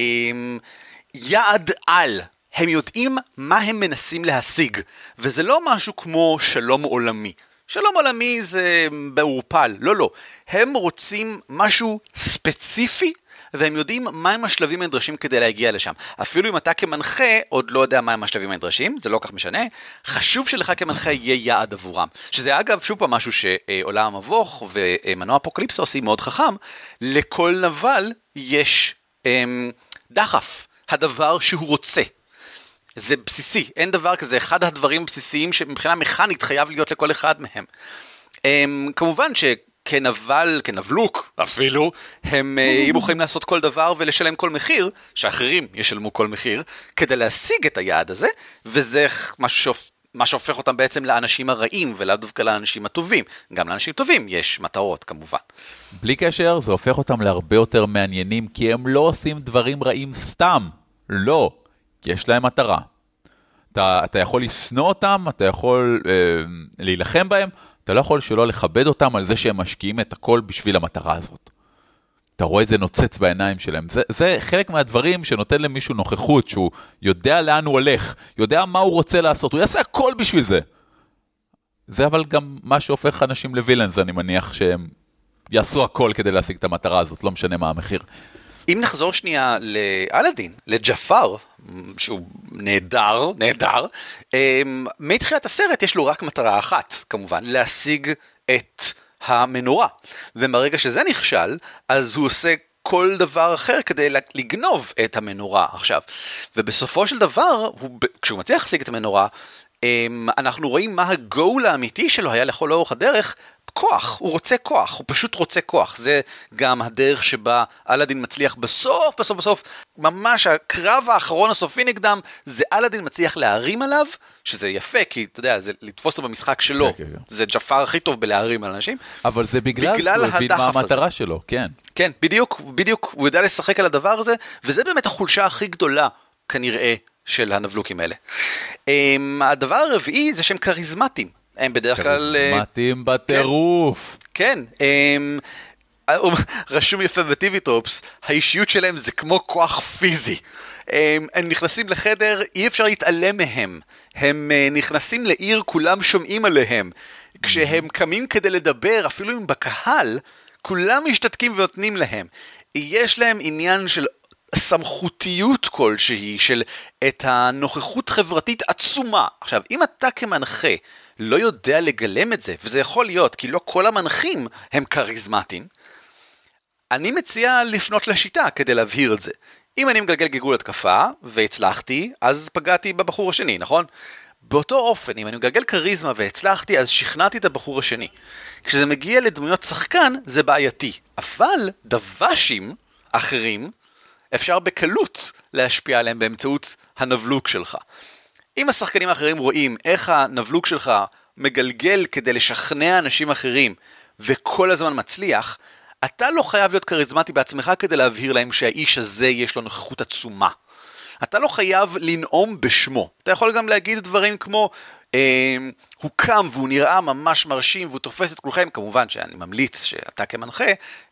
יעד על. הם יודעים מה הם מנסים להשיג, וזה לא משהו כמו שלום עולמי. שלום עולמי זה בעורפל, לא. הם רוצים משהו ספציפי, והם יודעים מהם השלבים הנדרשים כדי להגיע לשם. אפילו אם אתה כמנחה עוד לא יודע מהם השלבים הנדרשים, זה לא כך משנה, חשוב שלך כמנחה יהיה יעד עבורם. שזה אגב שוב פעם משהו שעולם המבוך ומנוע אפוקליפסה עושים מאוד חכם, לכל נבל יש דחף, הדבר שהוא רוצה. זה בסיסי, אין דבר כזה, אחד הדברים הבסיסיים שמבחינה מכנית חייב להיות לכל אחד מהם. כמובן כנבלוק אפילו, הם יכולים לעשות כל דבר ולשלם כל מחיר, שאחרים ישלמו כל מחיר, כדי להשיג את היעד הזה, וזה מה שהופך אותם בעצם לאנשים הרעים, ולא דווקא לאנשים הטובים. גם לאנשים טובים יש מטרות כמובן. בלי קשר, זה הופך אותם להרבה יותר מעניינים, כי הם לא עושים דברים רעים סתם. לא. כי יש להם מטרה. אתה יכול לסנוע אותם, אתה יכול להילחם בהם, אתה לא יכול שלא לכבד אותם על זה שהם משקיעים את הכל בשביל המטרה הזאת. אתה רואה את זה נוצץ בעיניים שלהם. זה חלק מהדברים שנותן למישהו נוכחות, שהוא יודע לאן הוא הולך, יודע מה הוא רוצה לעשות, הוא יעשה הכל בשביל זה. זה אבל גם מה שהופך אנשים לווילאנס, אני מניח שהם יעשו הכל כדי להשיג את המטרה הזאת, לא משנה מה המחיר. אם נחזור שנייה לאלאדין, לג'פר, שהוא נהדר, מתחילת הסרט יש לו רק מטרה אחת, כמובן, להשיג את המנורה. ומרגע שזה נכשל, אז הוא עושה כל דבר אחר כדי לגנוב את המנורה עכשיו. ובסופו של דבר, כשהוא מצליח להשיג את המנורה, אנחנו רואים מה הגול האמיתי שלו היה לכל אורך הדרך, כוח, הוא רוצה כוח, הוא פשוט רוצה כוח. זה גם הדרך שבה אלאדין מצליח בסוף, ממש הקרב האחרון הסופי נגדם, זה אלאדין מצליח להרים עליו, שזה יפה, כי אתה יודע, זה לתפוס לו במשחק שלו, זה ג'פר הכי טוב בלהרים על אנשים. אבל זה בגלל הוא הבין מה המטרה שלו, כן. כן, בדיוק, הוא יודע לשחק על הדבר הזה, וזה באמת החולשה הכי גדולה, כנראה, של הנבלוקים האלה. הדבר הרביעי זה שהם כריזמטיים. הם בדרך כלל... כריזמטיים בטירוף. כן. רשום יפה בטיביטרופס, האישיות שלהם זה כמו כוח פיזי. הם נכנסים לחדר, אי אפשר להתעלם מהם. הם נכנסים לעיר, כולם שומעים עליהם. כשהם קמים כדי לדבר, אפילו אם בקהל, כולם משתתקים ונותנים להם. יש להם עניין של סמכותיות כלשהי, של את הנוכחות חברתית עצומה. עכשיו, אם אתה כמנחה לא יודע לגלם את זה, וזה יכול להיות, כי לא כל המנחים הם כריזמטיים, אני מציע לפנות לשיטה כדי להבהיר את זה. אם אני מגלגל גלגול התקפה, והצלחתי, אז פגעתי בבחור השני, נכון? באותו אופן, אם אני מגלגל קריזמה והצלחתי, אז שכנעתי את הבחור השני. כשזה מגיע לדמויות שחקן, זה בעייתי. אבל דוושים אחרים, אפשר בקלות להשפיע עליהם באמצעות הנבלוק שלך. אם השחקנים האחרים רואים איך הנבלוק שלך מגלגל כדי לשכנע אנשים אחרים, וכל הזמן מצליח, אתה לא חייב להיות קריזמטי בעצמך כדי להבהיר להם שהאיש הזה יש לו נוכחות עצומה. אתה לא חייב לנאום בשמו. אתה יכול גם להגיד דברים כמו, הוא קם והוא נראה ממש מרשים והוא תופס את כולכם. כמובן שאני ממליץ שאתה כמנחה,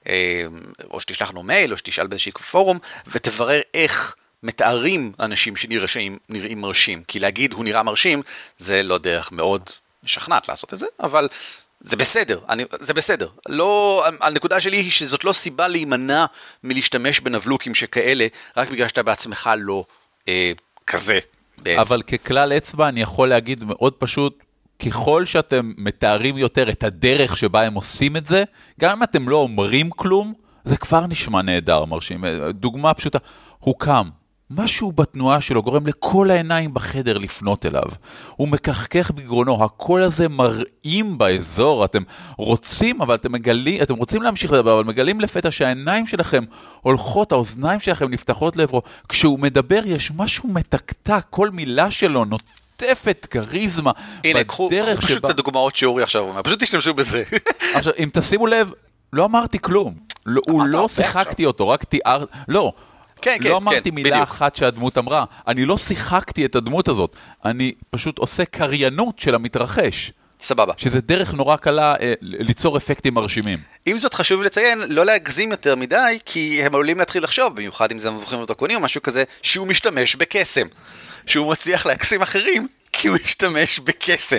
או שתשלח לו מייל או שתשאל באיזשהו פורום, ותברר איך מתארים אנשים שנראים מרשים. כי להגיד הוא נראה מרשים, זה לא דרך מאוד משכנעת לעשות את זה, אבל זה בסדר, זה בסדר. לא, הנקודה שלי היא שזאת לא סיבה להימנע מלהשתמש בנבלוקים שכאלה, רק בגלל שאתה בעצמך לא כזה. אבל ככלל אצבע אני יכול להגיד מאוד פשוט, ככל שאתם מתארים יותר את הדרך שבה הם עושים את זה, גם אם אתם לא אומרים כלום, זה כבר נשמע נהדר, מרשים. דוגמה פשוטה, הוא קם. משהו בתנועה שלו גורם לכל העיניים בחדר לפנות אליו. הוא מקחקך בגרונו, הקול הזה מראים באזור, אתם רוצים, אבל אתם רוצים להמשיך לדבר, אבל מגלים לפתע שהעיניים שלכם הולכות, האוזניים שלכם נפתחות לעברו. כשהוא מדבר יש משהו מתקתק, כל מילה שלו נוטפת קריזמה. הנה, קחו פשוט את הדוגמאות שאורי עכשיו אומר, פשוט תשתמשו בזה. עכשיו, אם תשימו לב, לא אמרתי כלום. הוא לא שיחקתי אותו, רק תיאר... לא. לא אמרתי מילה אחת שהדמות אמרה, אני לא שיחקתי את הדמות הזאת, אני פשוט עושה קריינות של המתרחש. סבבה. שזה דרך נורא קלה ליצור אפקטים מרשימים. אם זאת חשוב לציין, לא להגזים יותר מדי, כי הם עלולים להתחיל לחשוב, במיוחד אם זה מבוכים ודרקונים או משהו כזה, שהוא משתמש בקסם. שהוא מצליח להקסים אחרים, כי הוא משתמש בקסם.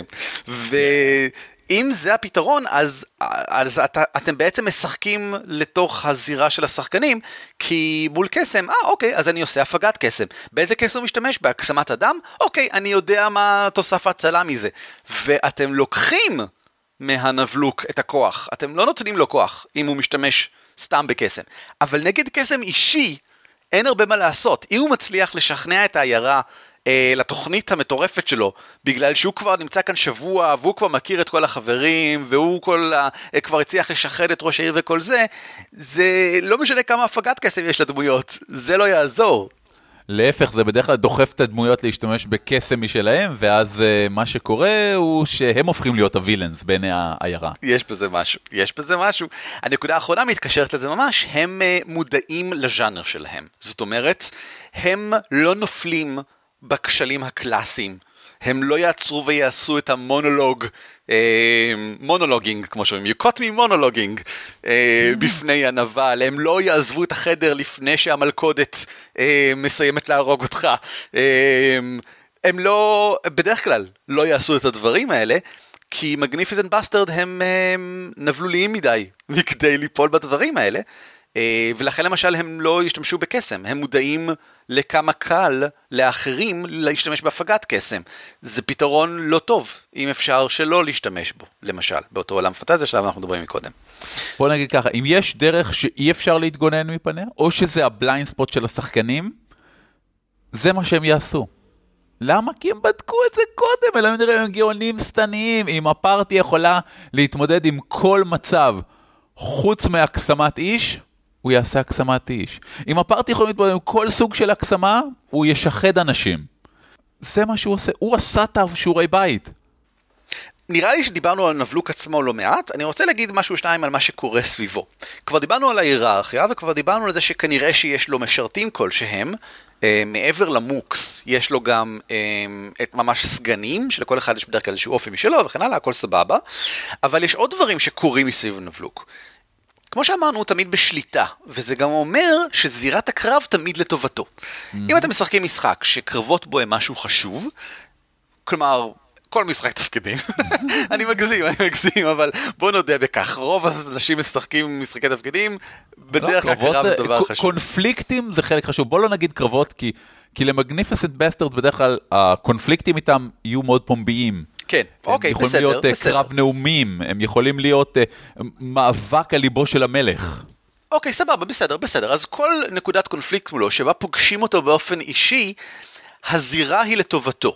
אם זה הפתרון, אז אתם בעצם משחקים לתוך הזירה של השחקנים, כי מול קסם, אוקיי, אז אני עושה הפגת קסם. באיזה קסם הוא משתמש? בהקסמת אדם? אוקיי, אני יודע מה תוסף ההצלה מזה. ואתם לוקחים מהנבלוק את הכוח. אתם לא נותנים לו כוח, אם הוא משתמש סתם בקסם. אבל נגד קסם אישי, אין הרבה מה לעשות. אם הוא מצליח לשכנע את העיירה, לתוכנית המטורפת שלו, בגלל שהוא כבר נמצא כאן שבוע, והוא כבר מכיר את כל החברים, והוא כבר הצליח לשחד את ראש העיר וכל זה, זה לא משנה כמה הפגת כסף יש לדמויות, זה לא יעזור. להפך, זה בדרך כלל דוחף את הדמויות להשתמש בקסם משלהם, ואז מה שקורה הוא שהם הופכים להיות הווילנס בעיני העיירה. יש בזה משהו. הנקודה האחרונה מתקשרת לזה ממש, הם מודעים לז'אנר שלהם. זאת אומרת, הם לא נופלים בכשלים הקלאסיים. הם לא יעצרו ויעשו את מונולוגינג, כמו שאומרים, you caught me monologuing, בפני הנבל. הם לא יעזבו את החדר לפני שהמלכודת מסיימת להרוג אותך. הם לא, בדרך כלל, לא יעשו את הדברים האלה, כי Magnificent Bastard הם נבלוליים מדי, מכדי ליפול בדברים האלה, ולכן למשל הם לא ישתמשו בקסם, הם מודעים לכמה קל לאחרים להשתמש בהפגת קסם. זה פתרון לא טוב, אם אפשר שלא להשתמש בו, למשל, באותו עולם פנטזיה שלנו אנחנו מדברים מקודם. בוא נגיד ככה, אם יש דרך שאי אפשר להתגונן מפניה, או שזה הבליינד ספוט של השחקנים, זה מה שהם יעשו. למה? כי הם בדקו את זה קודם, אלא הם גאונים סתניים, אם הפארטי יכולה להתמודד עם כל מצב, חוץ מהקסמת איש, הוא יעשה הקסמת איש. אם הפארטי יכול להתמודד עם כל סוג של הקסמה, הוא ישחד אנשים. זה מה שהוא עושה. הוא עשה את שיעורי בית. נראה לי שדיברנו על נבלוק עצמו לא מעט, אני רוצה להגיד משהו שניים על מה שקורה סביבו. כבר דיברנו על ההיררכיה, וכבר דיברנו על זה שכנראה שיש לו משרתים כלשהם, מעבר למוקס, יש לו גם את ממש סגנים, שלכל אחד יש בדרך כלל איזשהו אופי משלו, וכן הלאה, הכל סבבה, אבל יש עוד דברים שקורים מסביב נבלוק. כמו שאמרנו, הוא תמיד בשליטה, וזה גם אומר שזירת הקרב תמיד לטובתו. אם אתם משחקים משחק שקרבות בו הם משהו חשוב, כלומר, כל משחק תפקידים, אני מגזים, אבל בוא נודה בכך, רוב האנשים משחקים משחקי תפקידים, בדרך כלל הקרב זה דבר חשוב. קונפליקטים זה חלק חשוב, בוא לא נגיד קרבות, כי למגניפיסנט בסטרד בדרך כלל הקונפליקטים איתם יהיו מאוד פומביים. כן, אוקיי, בסדר. הם יכולים להיות קרב נאומים, הם יכולים להיות מאבק על ליבו של המלך. אוקיי, סבבה, בסדר. אז כל נקודת קונפליקט מולו, שבה פוגשים אותו באופן אישי, הזירה היא לטובתו.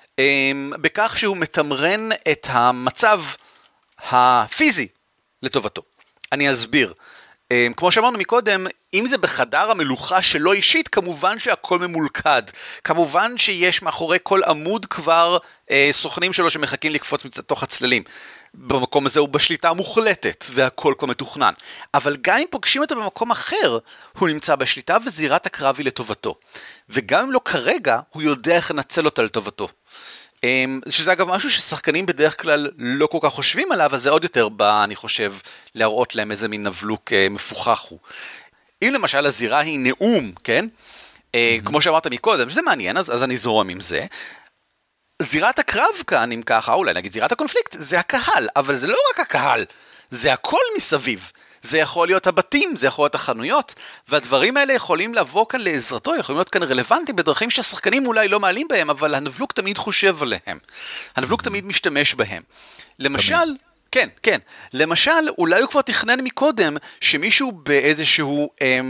בכך שהוא מתמרן את המצב הפיזי לטובתו. אני אסביר. כמו שאמרנו מקודם, אם זה בחדר המלוכה שלו אישית, כמובן שהכל ממולכד. כמובן שיש מאחורי כל עמוד כבר סוכנים שלו שמחכים לקפוץ מתוך הצללים. במקום הזה הוא בשליטה מוחלטת, והכל כבר מתוכנן. אבל גם אם פוגשים אותו במקום אחר, הוא נמצא בשליטה וזירת הקרב היא לטובתו. וגם אם לא כרגע, הוא יודע איך לנצל אותה לטובתו. שזה אגב משהו ששחקנים בדרך כלל לא כל כך חושבים עליו, אז זה עוד יותר בא, אני חושב, להראות להם איזה מין נבלוק מפוכח הוא. אם למשל הזירה היא נאום, כן? כמו שאמרת מקודם, שזה מעניין, אז אני זורם עם זה. זירת הקרב כאן, אם ככה, אולי נגיד זירת הקונפליקט, זה הקהל, אבל זה לא רק הקהל, זה הכל מסביב. זה יכול להיות הבתים, זה יכול להיות החנויות, והדברים האלה יכולים לבוא כאן לעזרתו, יכולים להיות כאן רלוונטיים בדרכים שהשחקנים אולי לא מעלים בהם, אבל הנבלוק תמיד חושב עליהם. הנבלוק תמיד משתמש בהם. למשל, כן. למשל, אולי הוא כבר תכנן מקודם, שמישהו באיזשהו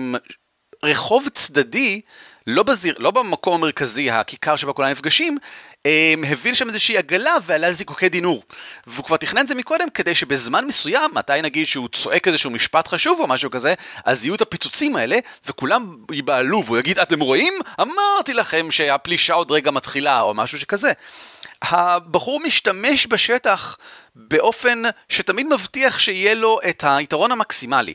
רחוב צדדי, לא במקום המרכזי, הכיכר שבה כולם נפגשים, הביא לשם איזושהי עגלה ועלה זיקוקי דינור. והוא כבר תכנן זה מקודם כדי שבזמן מסוים, מתי נגיד שהוא צועק איזשהו משפט חשוב או משהו כזה, אז יהיו את הפיצוצים האלה, וכולם ייבעלו, והוא יגיד, אתם רואים? אמרתי לכם שהפלישה עוד רגע מתחילה, או משהו שכזה. הבחור משתמש בשטח באופן שתמיד מבטיח שיהיה לו את היתרון המקסימלי.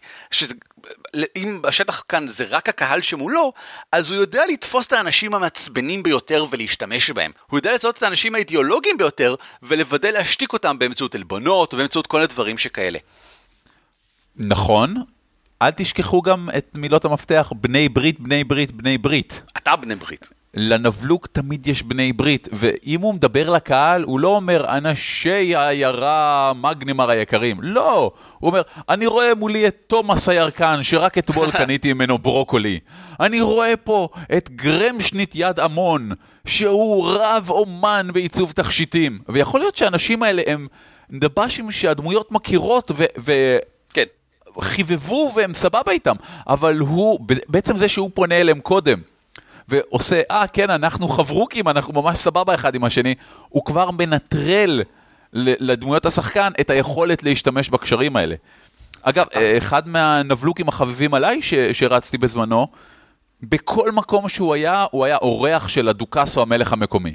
אם השטח כאן זה רק הקהל שמולו, אז הוא יודע לתפוס את האנשים המעצבנים ביותר ולהשתמש בהם. הוא יודע לזהות את האנשים האידיאולוגיים ביותר ולוודא להשתיק אותם באמצעות אלבונות או באמצעות כל הדברים שכאלה. נכון. אל תשכחו גם את מילות המפתח, בני ברית, בני ברית, בני ברית. אתה בני ברית. לנבלוק תמיד יש בני ברית, ואם הוא מדבר לקהל, הוא לא אומר, אנשי העיירה מגנימר היקרים. לא, הוא אומר, אני רואה מולי את תומאס הירקן, שרק אתמול קניתי ממנו ברוקולי. אני רואה פה את גרמשנית יד אמון, שהוא רב אומן בעיצוב תכשיטים. ויכול להיות שהאנשים האלה הם דבשים שהדמויות מכירות כן. חיבבו והם סבבה איתם. אבל הוא, בעצם זה שהוא פונה אליהם קודם, ועושה, כן, אנחנו חברוקים, אנחנו ממש סבבה אחד עם השני, הוא כבר מנטרל לדמויות השחקן את היכולת להשתמש בקשרים האלה. אגב, אחד מהנבלוקים החביבים עליי שרצתי בזמנו, בכל מקום שהוא היה, הוא היה אורח של הדוקס או המלך המקומי.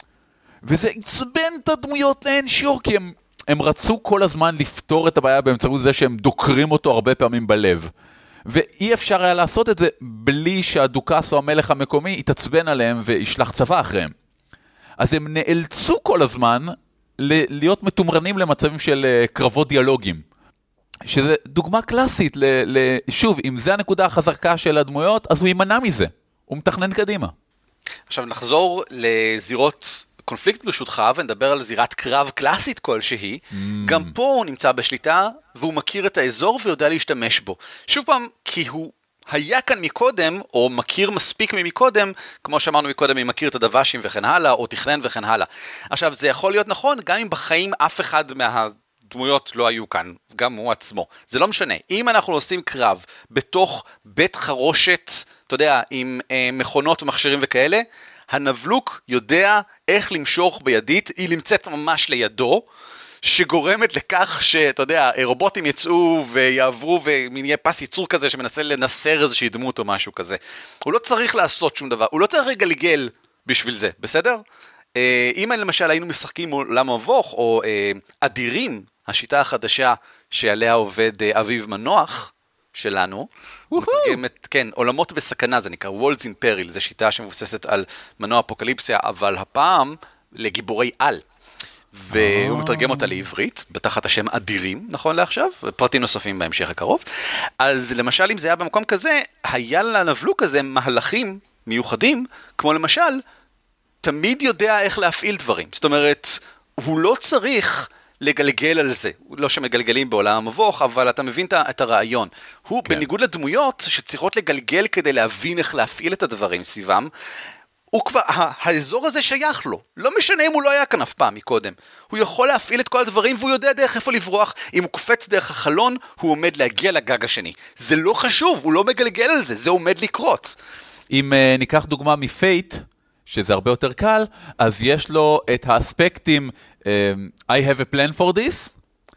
וזה עצבן את הדמויות לאין שיעור, כי הם רצו כל הזמן לפתור את הבעיה באמצעות זה שהם דוקרים אותו הרבה פעמים בלב. ואי אפשר היה לעשות את זה בלי שהדוקס או המלך המקומי יתעצבן עליהם וישלח צבא אחריהם. אז הם נאלצו כל הזמן להיות מתומרנים למצבים של קרבות דיאלוגיים. שזה דוגמה קלאסית, שוב, אם זה הנקודה החזקה של הדמויות, אז הוא יימנע מזה. הוא מתכנן קדימה. עכשיו נחזור לזירות קונפליקט ברשותך, ונדבר על זירת קרב קלאסית כלשהי. גם פה הוא נמצא בשליטה, והוא מכיר את האזור ויודע להשתמש בו. שוב פעם, כי הוא היה כאן מקודם, או מכיר מספיק ממקודם, כמו שאמרנו מקודם, הוא מכיר את הדבשים וכן הלאה, או תכנן וכן הלאה. עכשיו, זה יכול להיות נכון, גם אם בחיים אף אחד מהדמויות לא היו כאן, גם הוא עצמו. זה לא משנה. אם אנחנו עושים קרב בתוך בית חרושת, אתה יודע, עם מכונות ומכשירים וכאלה, הנבלוק יודע איך למשוך בידית, היא נמצאת ממש לידו, שגורמת לכך שאתה יודע, רובוטים יצאו ויעברו ויהיה פס ייצור כזה שמנסה לנסר איזושהי דמות או משהו כזה. הוא לא צריך לעשות שום דבר, הוא לא צריך לגלגל בשביל זה, בסדר? אם למשל היינו משחקים עולם מבוך או אדירים, השיטה החדשה שעליה עובד אביב מנוח שלנו, מתרגמת, כן, עולמות בסכנה, זה נקרא Worlds in Peril, זו שיטה שמבוססת על מנוע אפוקליפסיה, אבל הפעם לגיבורי על. והוא מתרגם אותה לעברית, בתחת השם אדירים, נכון לעכשיו, ופרטים נוספים בהמשך הקרוב. אז למשל, אם זה היה במקום כזה, היה לנבלוק הזה מהלכים מיוחדים, כמו למשל, תמיד יודע איך להפעיל דברים. זאת אומרת, הוא לא צריך לגלגל על זה. לא שמגלגלים בעולם המבוך, אבל אתה מבין את הרעיון. הוא, כן. בניגוד לדמויות שצריכות לגלגל כדי להבין איך להפעיל את הדברים סביבם, הוא כבר, האזור הזה שייך לו, לא משנה אם הוא לא היה כאן אף פעם מקודם, הוא יכול להפעיל את כל הדברים והוא יודע דרך איפה לברוח, אם הוא קופץ דרך החלון, הוא עומד להגיע לגג השני, זה לא חשוב, הוא לא מגלגל על זה, זה עומד לקרות. אם ניקח דוגמה מפייט, שזה הרבה יותר קל, אז יש לו את האספקטים, I have a plan for this,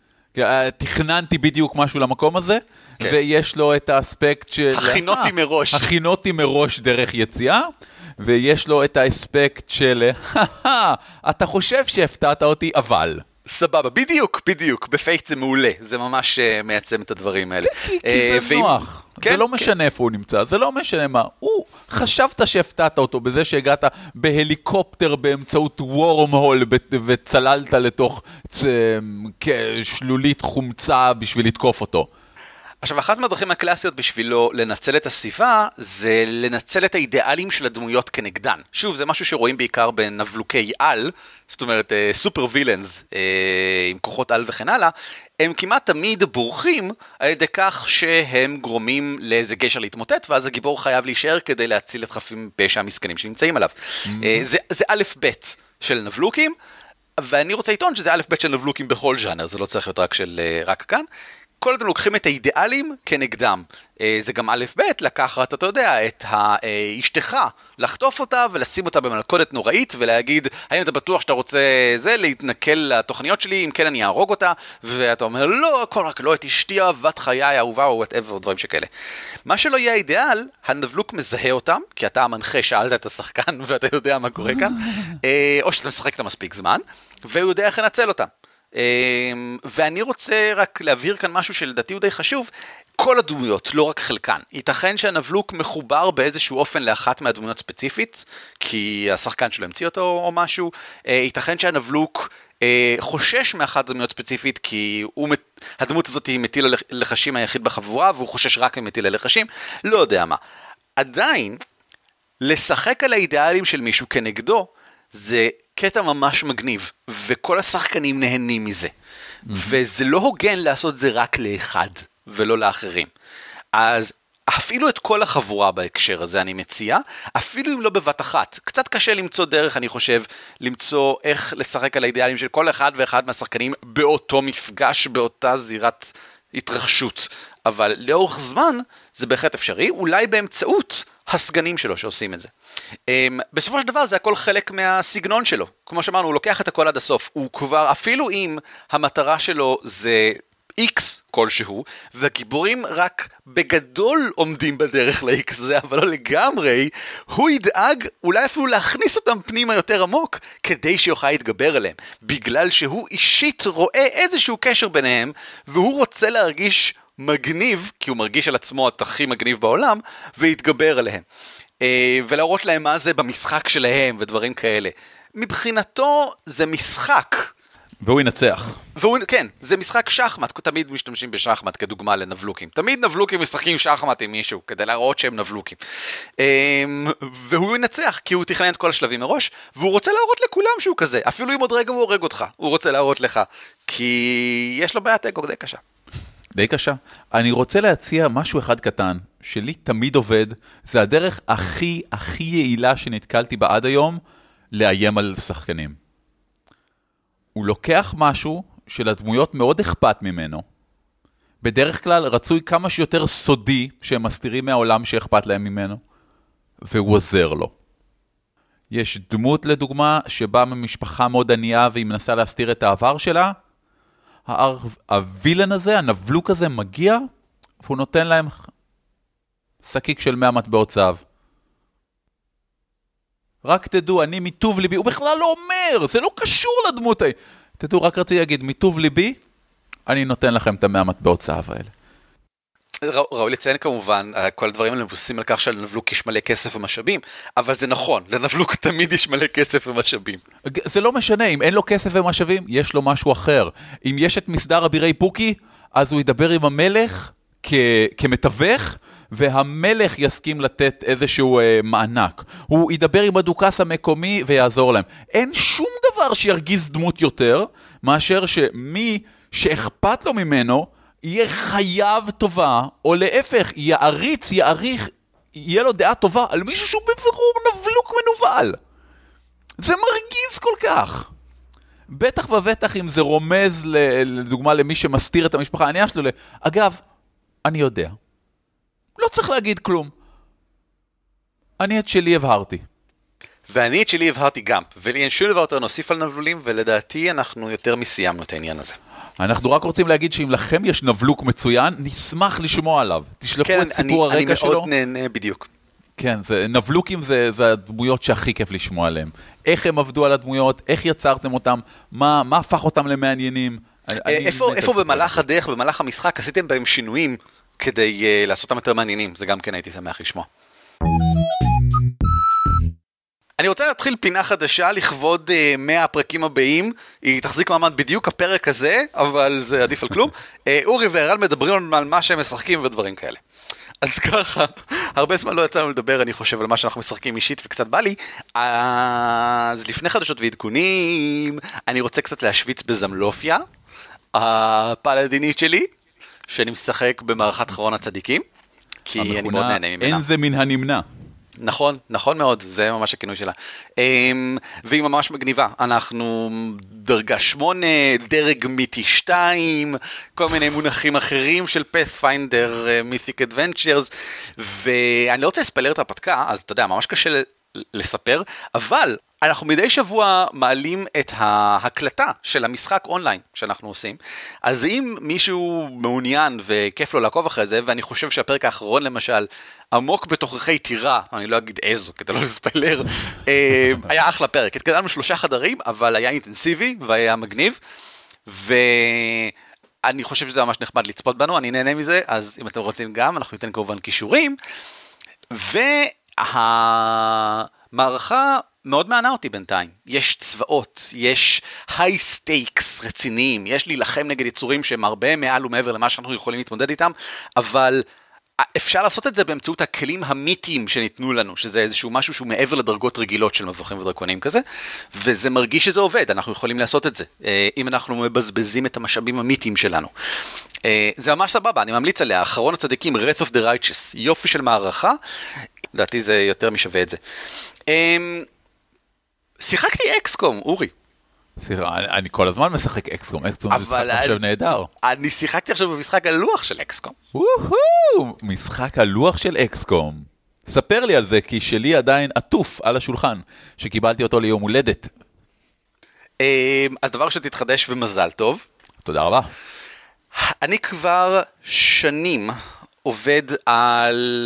תכננתי בדיוק משהו למקום הזה, כן. ויש לו את האספקט של... הכינותי מראש דרך יציאה, ויש לו את האספקט של, אתה חושב שהפתעת אותי, אבל... סבבה, בדיוק, בפייט זה מעולה, זה ממש מייצם את הדברים האלה. כי זה נוח, זה לא משנה איפה הוא נמצא, זה לא משנה מה, הוא חשבת שהפתעת אותו בזה שהגעת בהליקופטר באמצעות וורם-הול וצללת לתוך שלולית חומצה בשביל לתקוף אותו. עכשיו, אחת מהדרכים הקלאסיות בשבילו לנצל את הסביבה, זה לנצל את האידיאלים של הדמויות כנגדן. שוב, זה משהו שרואים בעיקר בנבלוקי על, זאת אומרת, סופר וילאנס עם כוחות על וכן הלאה, הם כמעט תמיד בורחים על ידי כך שהם גורמים לאיזה גשר להתמוטט, ואז הגיבור חייב להישאר כדי להציל את חפים פשע המסכנים שנמצאים עליו. זה א' ב' של נבלוקים, ואני רוצה לטעון שזה א' ב' של נבלוקים בכל ז'אנר, זה לא צריך להיות רק כאן. כל אתם לוקחים את האידיאלים כנגדם. זה גם א' ב' לקחת, אתה יודע, את אשתך, לחטוף אותה ולשים אותה במלכודת נוראית ולהגיד, האם אתה בטוח שאתה רוצה זה, להתנכל לתוכניות שלי, אם כן אני אהרוג אותה, ואתה אומר, לא, הכל רק לא, את אשתי אהבת חיי, אהובה או whatever, דברים שכאלה. מה שלא יהיה האידיאל, הנבלוק מזהה אותם, כי אתה המנחה, שאלת את השחקן ואתה יודע מה קורה כאן, או שאתה משחק את מספיק זמן, והוא יודע איך לנצל אותם. ואני רוצה רק להבהיר כאן משהו שלדעתי הוא די חשוב, כל הדמויות, לא רק חלקן. ייתכן שהנבלוק מחובר באיזשהו אופן לאחת מהדמויות ספציפית, כי השחקן שלו המציא אותו או משהו, ייתכן שהנבלוק חושש מאחת הדמויות ספציפית, כי הדמות הזאת היא מטיל הלחשים היחיד בחבורה, והוא חושש רק ממטיל הלחשים, לא יודע מה. עדיין, לשחק על האידיאלים של מישהו כנגדו, זה קטע ממש מגניב, וכל השחקנים נהנים מזה. וזה לא הוגן לעשות זה רק לאחד, ולא לאחרים. אז אפילו את כל החבורה בהקשר הזה אני מציע, אפילו אם לא בבת אחת. קצת קשה למצוא דרך, אני חושב, למצוא איך לשחק על האידיאלים של כל אחד ואחד מהשחקנים באותו מפגש, באותה זירת התרחשות. אבל לאורך זמן זה בהחלט אפשרי, אולי באמצעות הסגנים שלו שעושים את זה. בסופו של דבר זה הכל חלק מהסגנון שלו. כמו שאמרנו, הוא לוקח את הכל עד הסוף. הוא כבר, אפילו אם המטרה שלו זה X כלשהו, והגיבורים רק בגדול עומדים בדרך ל-X הזה, אבל לא לגמרי, הוא ידאג אולי אפילו להכניס אותם פנימה יותר עמוק, כדי שיוכל להתגבר עליהם. בגלל שהוא אישית רואה איזשהו קשר ביניהם, והוא רוצה להרגיש מגניב, כי הוא מרגיש על עצמו את הכי מגניב בעולם, והתגבר עליהם. ולהראות להם מה זה במשחק שלהם ודברים כאלה. מבחינתו זה משחק. והוא ינצח. כן, זה משחק שחמט, תמיד משתמשים בשחמט כדוגמה לנבלוקים. תמיד נבלוקים משחקים שחמט עם מישהו, כדי להראות שהם נבלוקים. והוא ינצח, כי הוא תכנן את כל השלבים מראש, והוא רוצה להראות לכולם שהוא כזה. אפילו אם עוד רגע הוא הורג אותך, הוא רוצה להראות לך. כי יש לו בעיית אגו די קשה. די קשה. אני רוצה להציע משהו אחד קטן, שלי תמיד עובד, זה הדרך הכי יעילה שנתקלתי בה עד היום, לאיים על שחקנים. הוא לוקח משהו שלדמויות מאוד אכפת ממנו, בדרך כלל רצוי כמה שיותר סודי, שהם מסתירים מהעולם שאכפת להם ממנו, והוא עוזר לו. יש דמות לדוגמה, שבאה ממשפחה מאוד ענייה, והיא מנסה להסתיר את העבר שלה, הווילן הזה, הנבלוק הזה מגיע, והוא נותן להם שקיק של 100 מטבעות זהב. רק תדעו, אני מטוב ליבי, הוא בכלל לא אומר, זה לא קשור לדמות ההיא. תדעו, רק רציתי להגיד, מטוב ליבי, אני נותן לכם את 100 מטבעות זהב האלה. ראוי לציין כמובן, כל הדברים האלה מבוססים על כך שלנבלוק יש מלא כסף ומשאבים, אבל זה נכון, לנבלוק תמיד יש מלא כסף ומשאבים. זה לא משנה, אם אין לו כסף ומשאבים, יש לו משהו אחר. אם יש את מסדר אבירי פוקי, אז הוא ידבר עם המלך כמתווך, והמלך יסכים לתת איזשהו מענק. הוא ידבר עם הדוכס המקומי ויעזור להם. אין שום דבר שירגיז דמות יותר, מאשר שמי שאכפת לו ממנו, יהיה חייב טובה, או להפך, יעריך יהיה לו דעה טובה על מישהו שהוא בבירור נבלוק מנוול. זה מרגיז כל כך. בטח ובטח אם זה רומז לדוגמה למי שמסתיר את המשפחה הענייה שלו. אגב, אני יודע. לא צריך להגיד כלום. אני את שלי הבהרתי. ואני את שלי הבהרתי גם. ולי אין שום דבר יותר נוסיף על נבלולים, ולדעתי אנחנו יותר מסיימנו את העניין הזה. אנחנו רק רוצים להגיד שאם לכם יש נבלוק מצוין, נשמח לשמוע עליו. תשלחו כן, את סיפור הרקע שלו. אני מאוד נהנה בדיוק. כן, נבלוקים זה הדמויות שהכי כיף לשמוע עליהם. איך הם עבדו על הדמויות, איך יצרתם אותם, מה הפך אותם למעניינים. איפה במהלך הדרך, במהלך המשחק, עשיתם בהם שינויים כדי לעשות אותם יותר מעניינים? זה גם כן הייתי שמח לשמוע. אני רוצה להתחיל פינה חדשה לכבוד 100 הפרקים הבאים. היא תחזיק מעמד בדיוק הפרק הזה, אבל זה עדיף על כלום. אורי וערן מדברים על מה שהם משחקים ודברים כאלה. אז ככה, הרבה זמן לא יצאנו לדבר, אני חושב, על מה שאנחנו משחקים אישית וקצת בא לי. אז לפני חדשות ועדכונים, אני רוצה קצת להשוויץ בזמלופיה, הפלדינית שלי, שאני משחק במערכת אחרון הצדיקים, כי אני מאוד נהנה ממנה. אין זה מן הנמנע. נכון, נכון מאוד, זה ממש הכינוי שלה. והיא ממש מגניבה, אנחנו דרגה 8, דרג מיתי 2, כל מיני מונחים אחרים של Pathfinder, Mythic Adventures, ואני לא רוצה לספלר את הפתקה, אז אתה יודע, ממש קשה לספר, אבל אנחנו מדי שבוע מעלים את ההקלטה של המשחק אונליין שאנחנו עושים, אז אם מישהו מעוניין וכיף לו לעקוב אחרי זה, ואני חושב שהפרק האחרון למשל, עמוק בתוככי טירה, אני לא אגיד איזו, כדי לא לספיילר, היה אחלה פרק. התקדמנו 3 חדרים, אבל היה אינטנסיבי והיה מגניב, ואני חושב שזה ממש נחמד לצפות בנו, אני נהנה מזה, אז אם אתם רוצים גם, אנחנו ניתן כמובן קישורים, והמערכה מאוד מענה אותי בינתיים. יש צבאות, יש היי סטייקס רציניים, יש להילחם נגד יצורים שהם הרבה מעל ומעבר למה שאנחנו יכולים להתמודד איתם, אבל אפשר לעשות את זה באמצעות הכלים המיתיים שניתנו לנו, שזה איזשהו משהו שהוא מעבר לדרגות רגילות של מבוכים ודרקונים כזה, וזה מרגיש שזה עובד, אנחנו יכולים לעשות את זה, אם אנחנו מבזבזים את המשאבים המיתיים שלנו. זה ממש סבבה, אני ממליץ עליה, אחרון הצדיקים, Wrath of the Righteous, יופי של מערכה, לדעתי זה יותר משווה את זה. שיחקתי אקסקום, אורי. אני כל הזמן משחק אקסקום, אקסקום זה משחק עכשיו נהדר. אני שיחקתי עכשיו במשחק הלוח של אקסקום. משחק הלוח של אקסקום. ספר לי על זה, כי שלי עדיין עטוף על השולחן, שקיבלתי אותו ליום הולדת. אז דבר שתתחדש ומזל טוב. תודה רבה. אני כבר שנים עובד על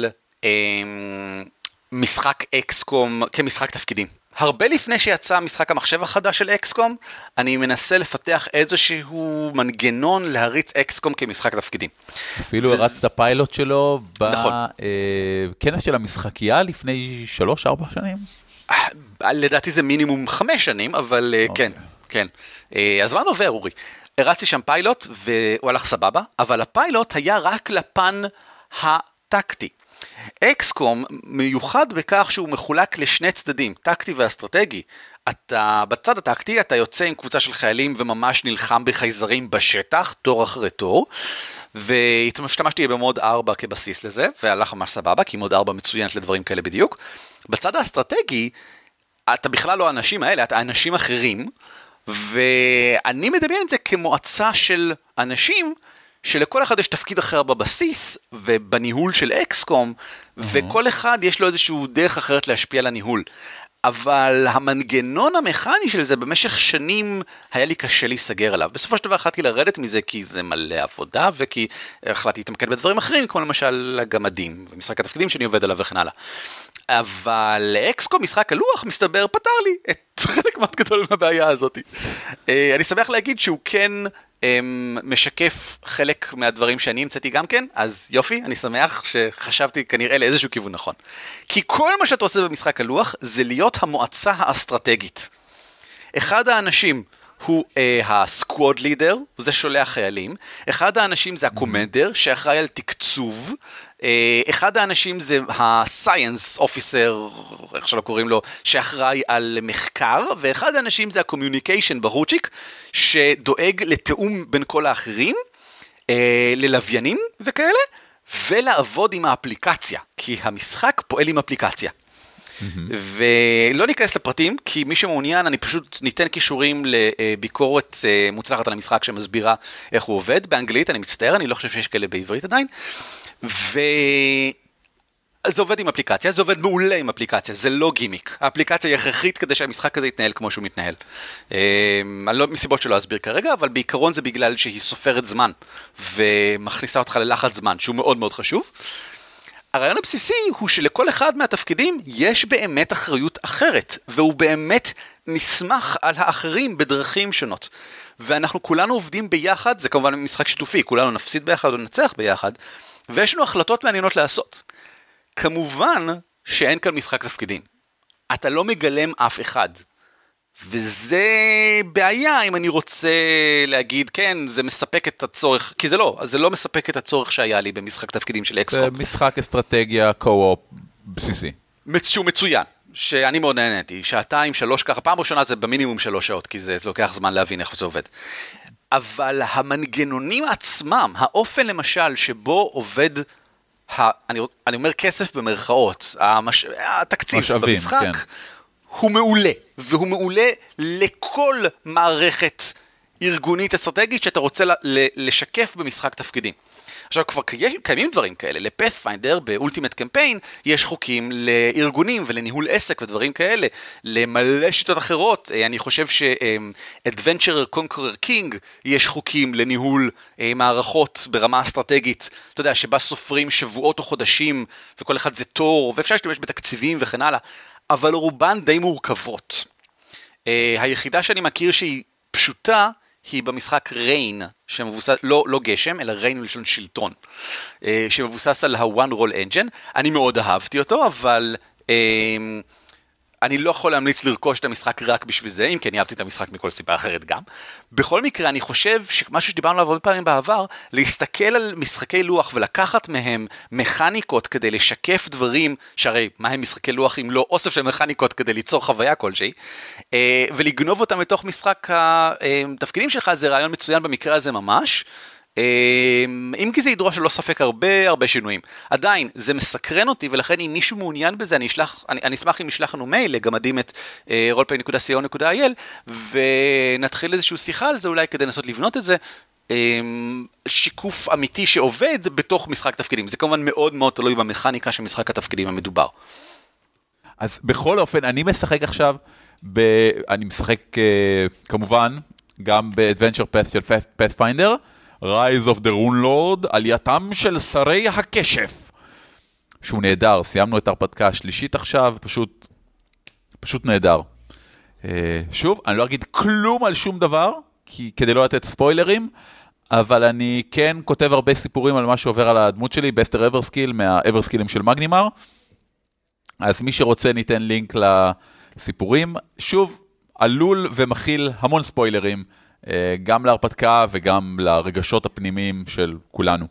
משחק אקסקום כמשחק תפקידים. הרבה לפני שיצא משחק המחשב החדש של אקסקום, אני מנסה לפתח איזשהו מנגנון להריץ אקסקום כמשחק תפקידים. אפילו הרצת פיילוט שלו בכנס של המשחקייה לפני 3-4 שנים? לדעתי זה מינימום 5 שנים, אבל כן, כן. אז מה נובע, אורי? הרצתי שם פיילוט והוא הלך סבבה, אבל הפיילוט היה רק לפן הטקטי. אקסקום מיוחד בכך שהוא מחולק לשני צדדים, טקטי ואסטרטגי. בצד הטקטי אתה יוצא עם קבוצה של חיילים וממש נלחם בחייזרים בשטח, תור אחרי תור, והשתמשתי במוד 4 כבסיס לזה, והלך ממש סבבה, כי מוד 4 מצוין לדברים כאלה בדיוק. בצד האסטרטגי, אתה בכלל לא האנשים האלה, אתה אנשים אחרים, ואני מדמיין את זה כמועצה של אנשים, שלכל אחד יש תפקיד אחר בבסיס ובניהול של אקסקום, וכל אחד יש לו איזשהו דרך אחרת להשפיע על הניהול. אבל המנגנון המכני של זה במשך שנים היה לי קשה להיסגר עליו. בסופו של דבר החלטתי לרדת מזה כי זה מלא עבודה, וכי החלטתי להתמקד בדברים אחרים, כמו למשל הגמדים ומשחק התפקידים שאני עובד עליו וכן הלאה. אבל אקסקום, משחק הלוח, מסתבר, פתר לי את חלק מאוד גדול מהבעיה הזאת. אני שמח להגיד שהוא כן משקף חלק מהדברים שאני המצאתי גם כן, אז יופי, אני שמח שחשבתי כנראה לאיזשהו כיוון נכון. כי כל מה שאתה עושה במשחק הלוח זה להיות המועצה האסטרטגית. אחד האנשים הוא הסקווד לידר, זה שולח חיילים, אחד האנשים זה הקומנדר שאחראי על תקצוב, אחד האנשים זה הסייאנס אופיסר, איך שלא קוראים לו, שאחראי על מחקר, ואחד האנשים זה הקומיוניקיישן ברוצ'יק, שדואג לתאום בין כל האחרים, ללוויינים וכאלה, ולעבוד עם האפליקציה, כי המשחק פועל עם אפליקציה. ולא ניכנס לפרטים, כי מי שמעוניין, אני פשוט ניתן קישורים לביקורת מוצלחת על המשחק שמסבירה איך הוא עובד, באנגלית, אני מצטער, אני לא חושב שיש כאלה בעברית עדיין, זה עובד עם אפליקציה, זה עובד מעולה עם אפליקציה, זה לא גימיק. האפליקציה היא הכרחית כדי שהמשחק הזה יתנהל כמו שהוא מתנהל. אני לא מסיבות שלא אסביר כרגע, אבל בעיקרון זה בגלל שהיא סופרת זמן, ומכניסה אותך ללחץ זמן, שהוא מאוד מאוד חשוב. הרעיון הבסיסי הוא שלכל אחד מהתפקידים יש באמת אחריות אחרת, והוא באמת נסמך על האחרים בדרכים שונות. ואנחנו כולנו עובדים ביחד, זה כמובן משחק שיתופי, כולנו נפסיד ביחד או נצח ביחד, ויש לנו החלטות מעניינות לעשות. כמובן שאין כאן משחק תפקידים. אתה לא מגלם אף אחד. וזה בעיה אם אני רוצה להגיד, כן, זה מספק את הצורך, כי זה לא מספק את הצורך שהיה לי במשחק תפקידים של אקסקום. זה משחק אסטרטגיה קו-אופ בסיסי. שהוא מצוין, שאני מאוד נהניתי, 2, 3 ככה, פעם ראשונה זה במינימום 3 שעות, כי זה לוקח זמן להבין איך זה עובד. אבל המנגנונים עצמם, האופן למשל שבו עובד, אני אומר כסף במרכאות, התקציב משאבים, במשחק, כן. הוא מעולה, והוא מעולה לכל מערכת ארגונית אסטרטגית שאתה רוצה לשקף במשחק תפקידים. עכשיו כבר קיימים דברים כאלה, לפאת'פיינדר באולטימט קמפיין יש חוקים לארגונים ולניהול עסק ודברים כאלה, למלא שיטות אחרות, אני חושב ש-Adventurer Conqueror King יש חוקים לניהול מערכות ברמה אסטרטגית, אתה יודע, שבה סופרים שבועות או חודשים וכל אחד זה תור, ואפשר להשתמש בתקציבים וכן הלאה, אבל רובן די מורכבות. היחידה שאני מכיר שהיא פשוטה, היא במשחק ריין, שמבוסס, לא גשם, אלא ריין מלשון שלטון, שמבוסס על ה-One Roll Engine. אני מאוד אהבתי אותו, אבל אני לא יכול להמליץ לרכוש את המשחק רק בשביל זה, אם כי אני אהבתי את המשחק מכל סיבה אחרת גם. בכל מקרה, אני חושב שמשהו שדיברנו עליו הרבה פעמים בעבר, להסתכל על משחקי לוח ולקחת מהם מכניקות כדי לשקף דברים, שהרי מה הם משחקי לוח אם לא אוסף של מכניקות כדי ליצור חוויה כלשהי, ולגנוב אותם לתוך משחק התפקידים שלך, זה רעיון מצוין במקרה הזה ממש, אם כי זה ידרוש ללא ספק הרבה שינויים. עדיין, זה מסקרן אותי, ולכן אם מישהו מעוניין בזה, אני אשמח אם ישלח לנו מייל לגמדים את roleplay.co.il, ונתחיל איזשהו שיחה על זה אולי כדי לנסות לבנות את זה, שיקוף אמיתי שעובד בתוך משחק תפקידים. זה כמובן מאוד מאוד תלוי במכניקה של משחק התפקידים המדובר. אז בכל אופן, אני משחק עכשיו, אני משחק כמובן, גם ב-Adventure Path של Pathfinder, Rise of the Rune Lord, עלייתם של שרי הקשף, שהוא נהדר, סיימנו את הרפתקה השלישית עכשיו, פשוט נהדר. שוב, אני לא אגיד כלום על שום דבר, כדי לא לתת ספוילרים, אבל אני כן כותב הרבה סיפורים על מה שעובר על הדמות שלי, באסטר אברסקיל, מהאברסקילים של מגנימר, אז מי שרוצה ניתן לינק לסיפורים, שוב, עלול ומכיל המון ספוילרים, גם להרפתקה וגם לרגשות הפנימיים של כולנו.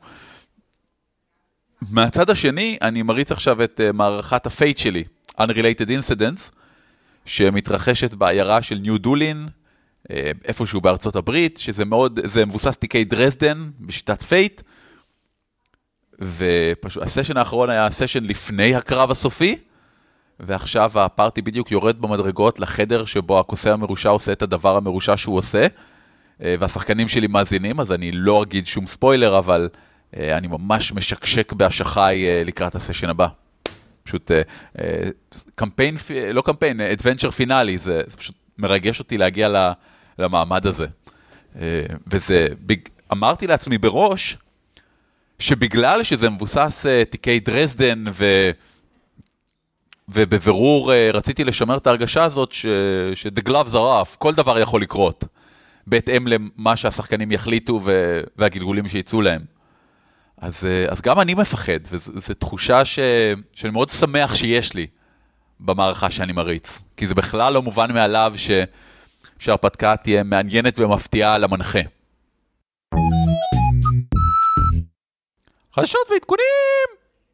מהצד השני, אני מריץ עכשיו את מערכת הפייט שלי, Unrelated Incidents, שמתרחשת בעיירה של ניו דולין, איפשהו בארצות הברית, זה מבוסס תיקי דרזדן בשיטת פייט, ופשוט הסשן האחרון היה הסשן לפני הקרב הסופי, ועכשיו הפארטי בדיוק יורד במדרגות לחדר שבו הקוסם המרושע עושה את הדבר המרושע שהוא עושה, והשחקנים שלי מאזינים, אז אני לא אגיד שום ספוילר, אבל אני ממש משקשק בהשחי לקראת הסשן הבא. פשוט קמפיין, לא קמפיין, אדוונצ'ר פינאלי, זה פשוט מרגש אותי להגיע למעמד הזה. וזה, אמרתי לעצמי בראש, שבגלל שזה מבוסס תיקי דרזדן, ובבירור רציתי לשמר את ההרגשה הזאת, ש-the gloves are off, כל דבר יכול לקרות. בהתאם למה שהשחקנים יחליטו והגלגולים שיצאו להם. אז גם אני מפחד, וזו תחושה שאני מאוד שמח שיש לי במערכה שאני מריץ. כי זה בכלל לא מובן מעליו שהרפתקה תהיה מעניינת ומפתיעה למנחה. חדשות ועדכונים!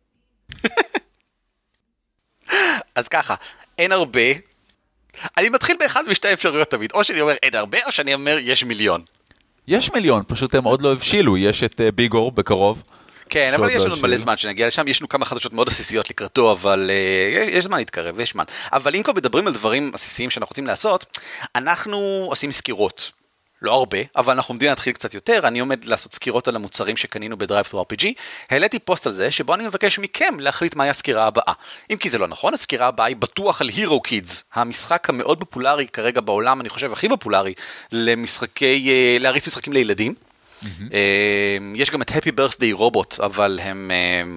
אז ככה, אין הרבה. אני מתחיל באחד משתי אפשרויות תמיד, או שאני אומר אין הרבה, או שאני אומר יש מיליון. יש מיליון, פשוט הם עוד לא הבשילו, יש את ביגור בקרוב. כן, אבל יש לנו מלא זמן שנגיע לשם, יש לנו כמה חדשות מאוד עסיסיות לקראתו, אבל יש זמן להתקרב, יש זמן. אבל אם כבר מדברים על דברים עסיסיים שאנחנו רוצים לעשות, אנחנו עושים סקירות. לא הרבה, אבל אנחנו עומדים להתחיל קצת יותר, אני עומד לעשות סקירות על המוצרים שקנינו ב-Drive-Thru RPG, העליתי פוסט על זה, שבו אני מבקש מכם להחליט מהי הסקירה הבאה. אם כי זה לא נכון, הסקירה הבאה היא בטוח על Hero Kids, המשחק המאוד פופולרי כרגע בעולם, אני חושב הכי פופולרי, להריץ משחקים לילדים. יש גם את Happy Birthday Robot, אבל הם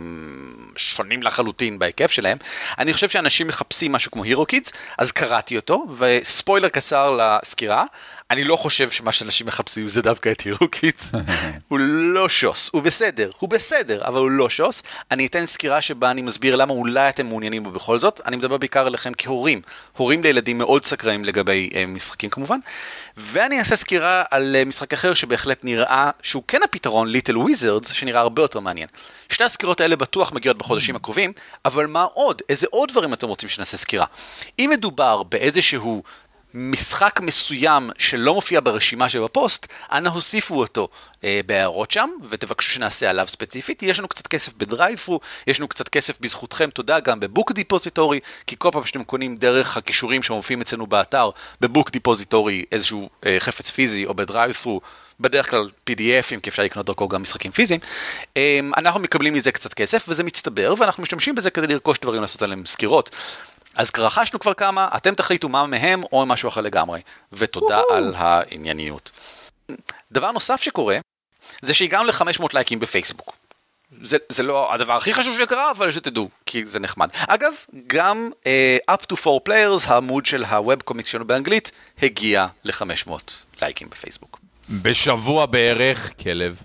שונים לחלוטין בהיקף שלהם. אני חושב שאנשים מחפשים משהו כמו Hero Kids, אז קראתי אותו, וספוילר קצר לסקירה, אני לא חושב שמה שאנשים מחפשים זה דווקא את Hero Kids. הוא לא שוס, הוא בסדר, אבל הוא לא שוס. אני אתן סקירה שבה אני מסביר למה אולי אתם מעוניינים בו בכל זאת. אני מדבר בעיקר אליכם כהורים, הורים לילדים מאוד סקרנים לגבי משחקים כמובן. ואני אעשה סקירה על משחק אחר שבהחלט נראה שהוא כן הפתרון, Little Wizards, שנראה הרבה יותר מעניין. שתי הסקירות האלה בטוח מגיעות בחודשים הקרובים, אבל מה עוד? איזה עוד דברים אתם רוצים שנעשה סקירה? אם מדובר באיזשהו משחק מסוים שלא מופיע ברשימה שבפוסט, אנא הוסיפו אותו בהערות שם, ותבקשו שנעשה עליו ספציפית. יש לנו קצת כסף בדרייב-ת'רו, יש לנו קצת כסף בזכותכם, תודה גם בבוק דיפוזיטורי, כי כל פעם שאתם קונים דרך הכישורים שמופיעים אצלנו באתר, בבוק דיפוזיטורי איזשהו חפץ פיזי או בדרייב-ת'רו, בדרך כלל PDFים, כי אפשר לקנות דרכו גם משחקים פיזיים, אנחנו מקבלים מזה קצת כסף, וזה מצטבר, ואנחנו משתמשים בזה כדי לרכוש דברים, לעשות עליהם סקירות. אז רכשנו כבר כמה, אתם תחליטו מה מהם או משהו אחר לגמרי, ותודה על הענייניות. דבר נוסף שקורה, זה שהגענו ל-500 לייקים בפייסבוק. זה לא הדבר הכי חשוב שקרה, אבל שתדעו, כי זה נחמד. אגב, גם Up to 4 Players, העמוד של הווב קומיקס שלנו באנגלית, הגיע ל-500 לייקים בפייסבוק. בשבוע בערך, כלב.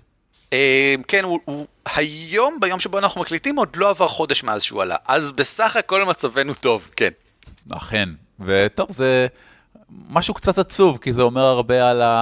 כן, הוא היום, ביום שבו אנחנו מקליטים, עוד לא עבר חודש מאז שהוא עלה. אז בסך הכל מצבנו טוב, כן. אכן. וטוב, זה משהו קצת עצוב, כי זה אומר הרבה על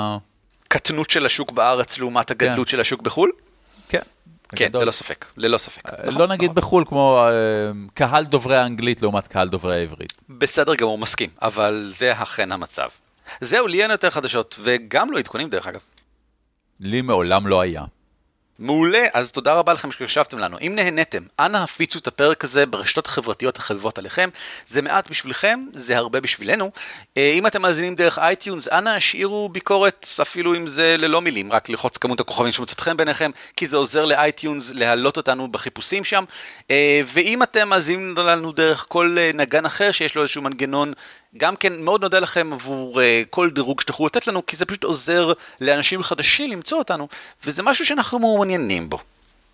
קטנות של השוק בארץ לעומת הגדלות של השוק בחול? כן. כן, ללא ספק, ללא ספק. לא נגיד בחול כמו קהל דוברי האנגלית לעומת קהל דוברי העברית. בסדר גמור, מסכים, אבל זה אכן המצב. זהו, לי אין יותר חדשות, וגם לא עדכונים דרך אגב. לי מעולם לא היה. מעולה, אז תודה רבה לכם שקשבתם לנו. אם נהניתם, אנא הפיצו את הפרק הזה ברשתות החברתיות החביבות עליכם. זה מעט בשבילכם, זה הרבה בשבילנו. אם אתם מאזינים דרך אייטיונס, אנא השאירו ביקורת, אפילו אם זה ללא מילים, רק ללחוץ כמות הכוכבים שמצאתכם ביניכם, כי זה עוזר לאייטיונס להעלות אותנו בחיפושים שם. ואם אתם מאזינים לנו דרך כל נגן אחר שיש לו איזשהו מנגנון, גם כן מאוד נודה לכם עבור כל דירוג שתוכלו לתת לנו, כי זה פשוט עוזר לאנשים חדשים למצוא אותנו, וזה משהו שאנחנו מעוניינים בו.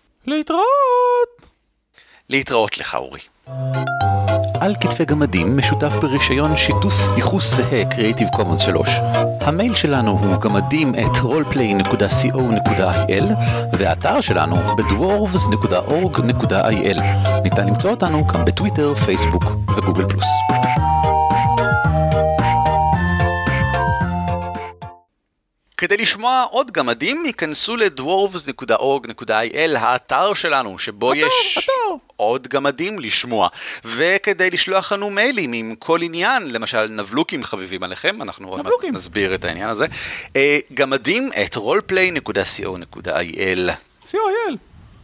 להתראות לך, אורי. על כתפי גמדים משותף ברישיון שיתוף ייחוס זהה Creative Commons 3. המייל שלנו הוא gamadim@roleplay.co.il והאתר שלנו bdwarves.org.il. ניתן למצוא אותנו גם בטוויטר, פייסבוק וגוגל פלוס. כדי לשמוע עוד גמדים, ייכנסו ל-dwarves.org.il, האתר שלנו, שבו יש עוד גמדים לשמוע. וכדי לשלוח לנו מיילים עם כל עניין, למשל נבלוקים חביבים עליכם, אנחנו נסביר את העניין הזה, גמדים@roleplay.co.il. co.il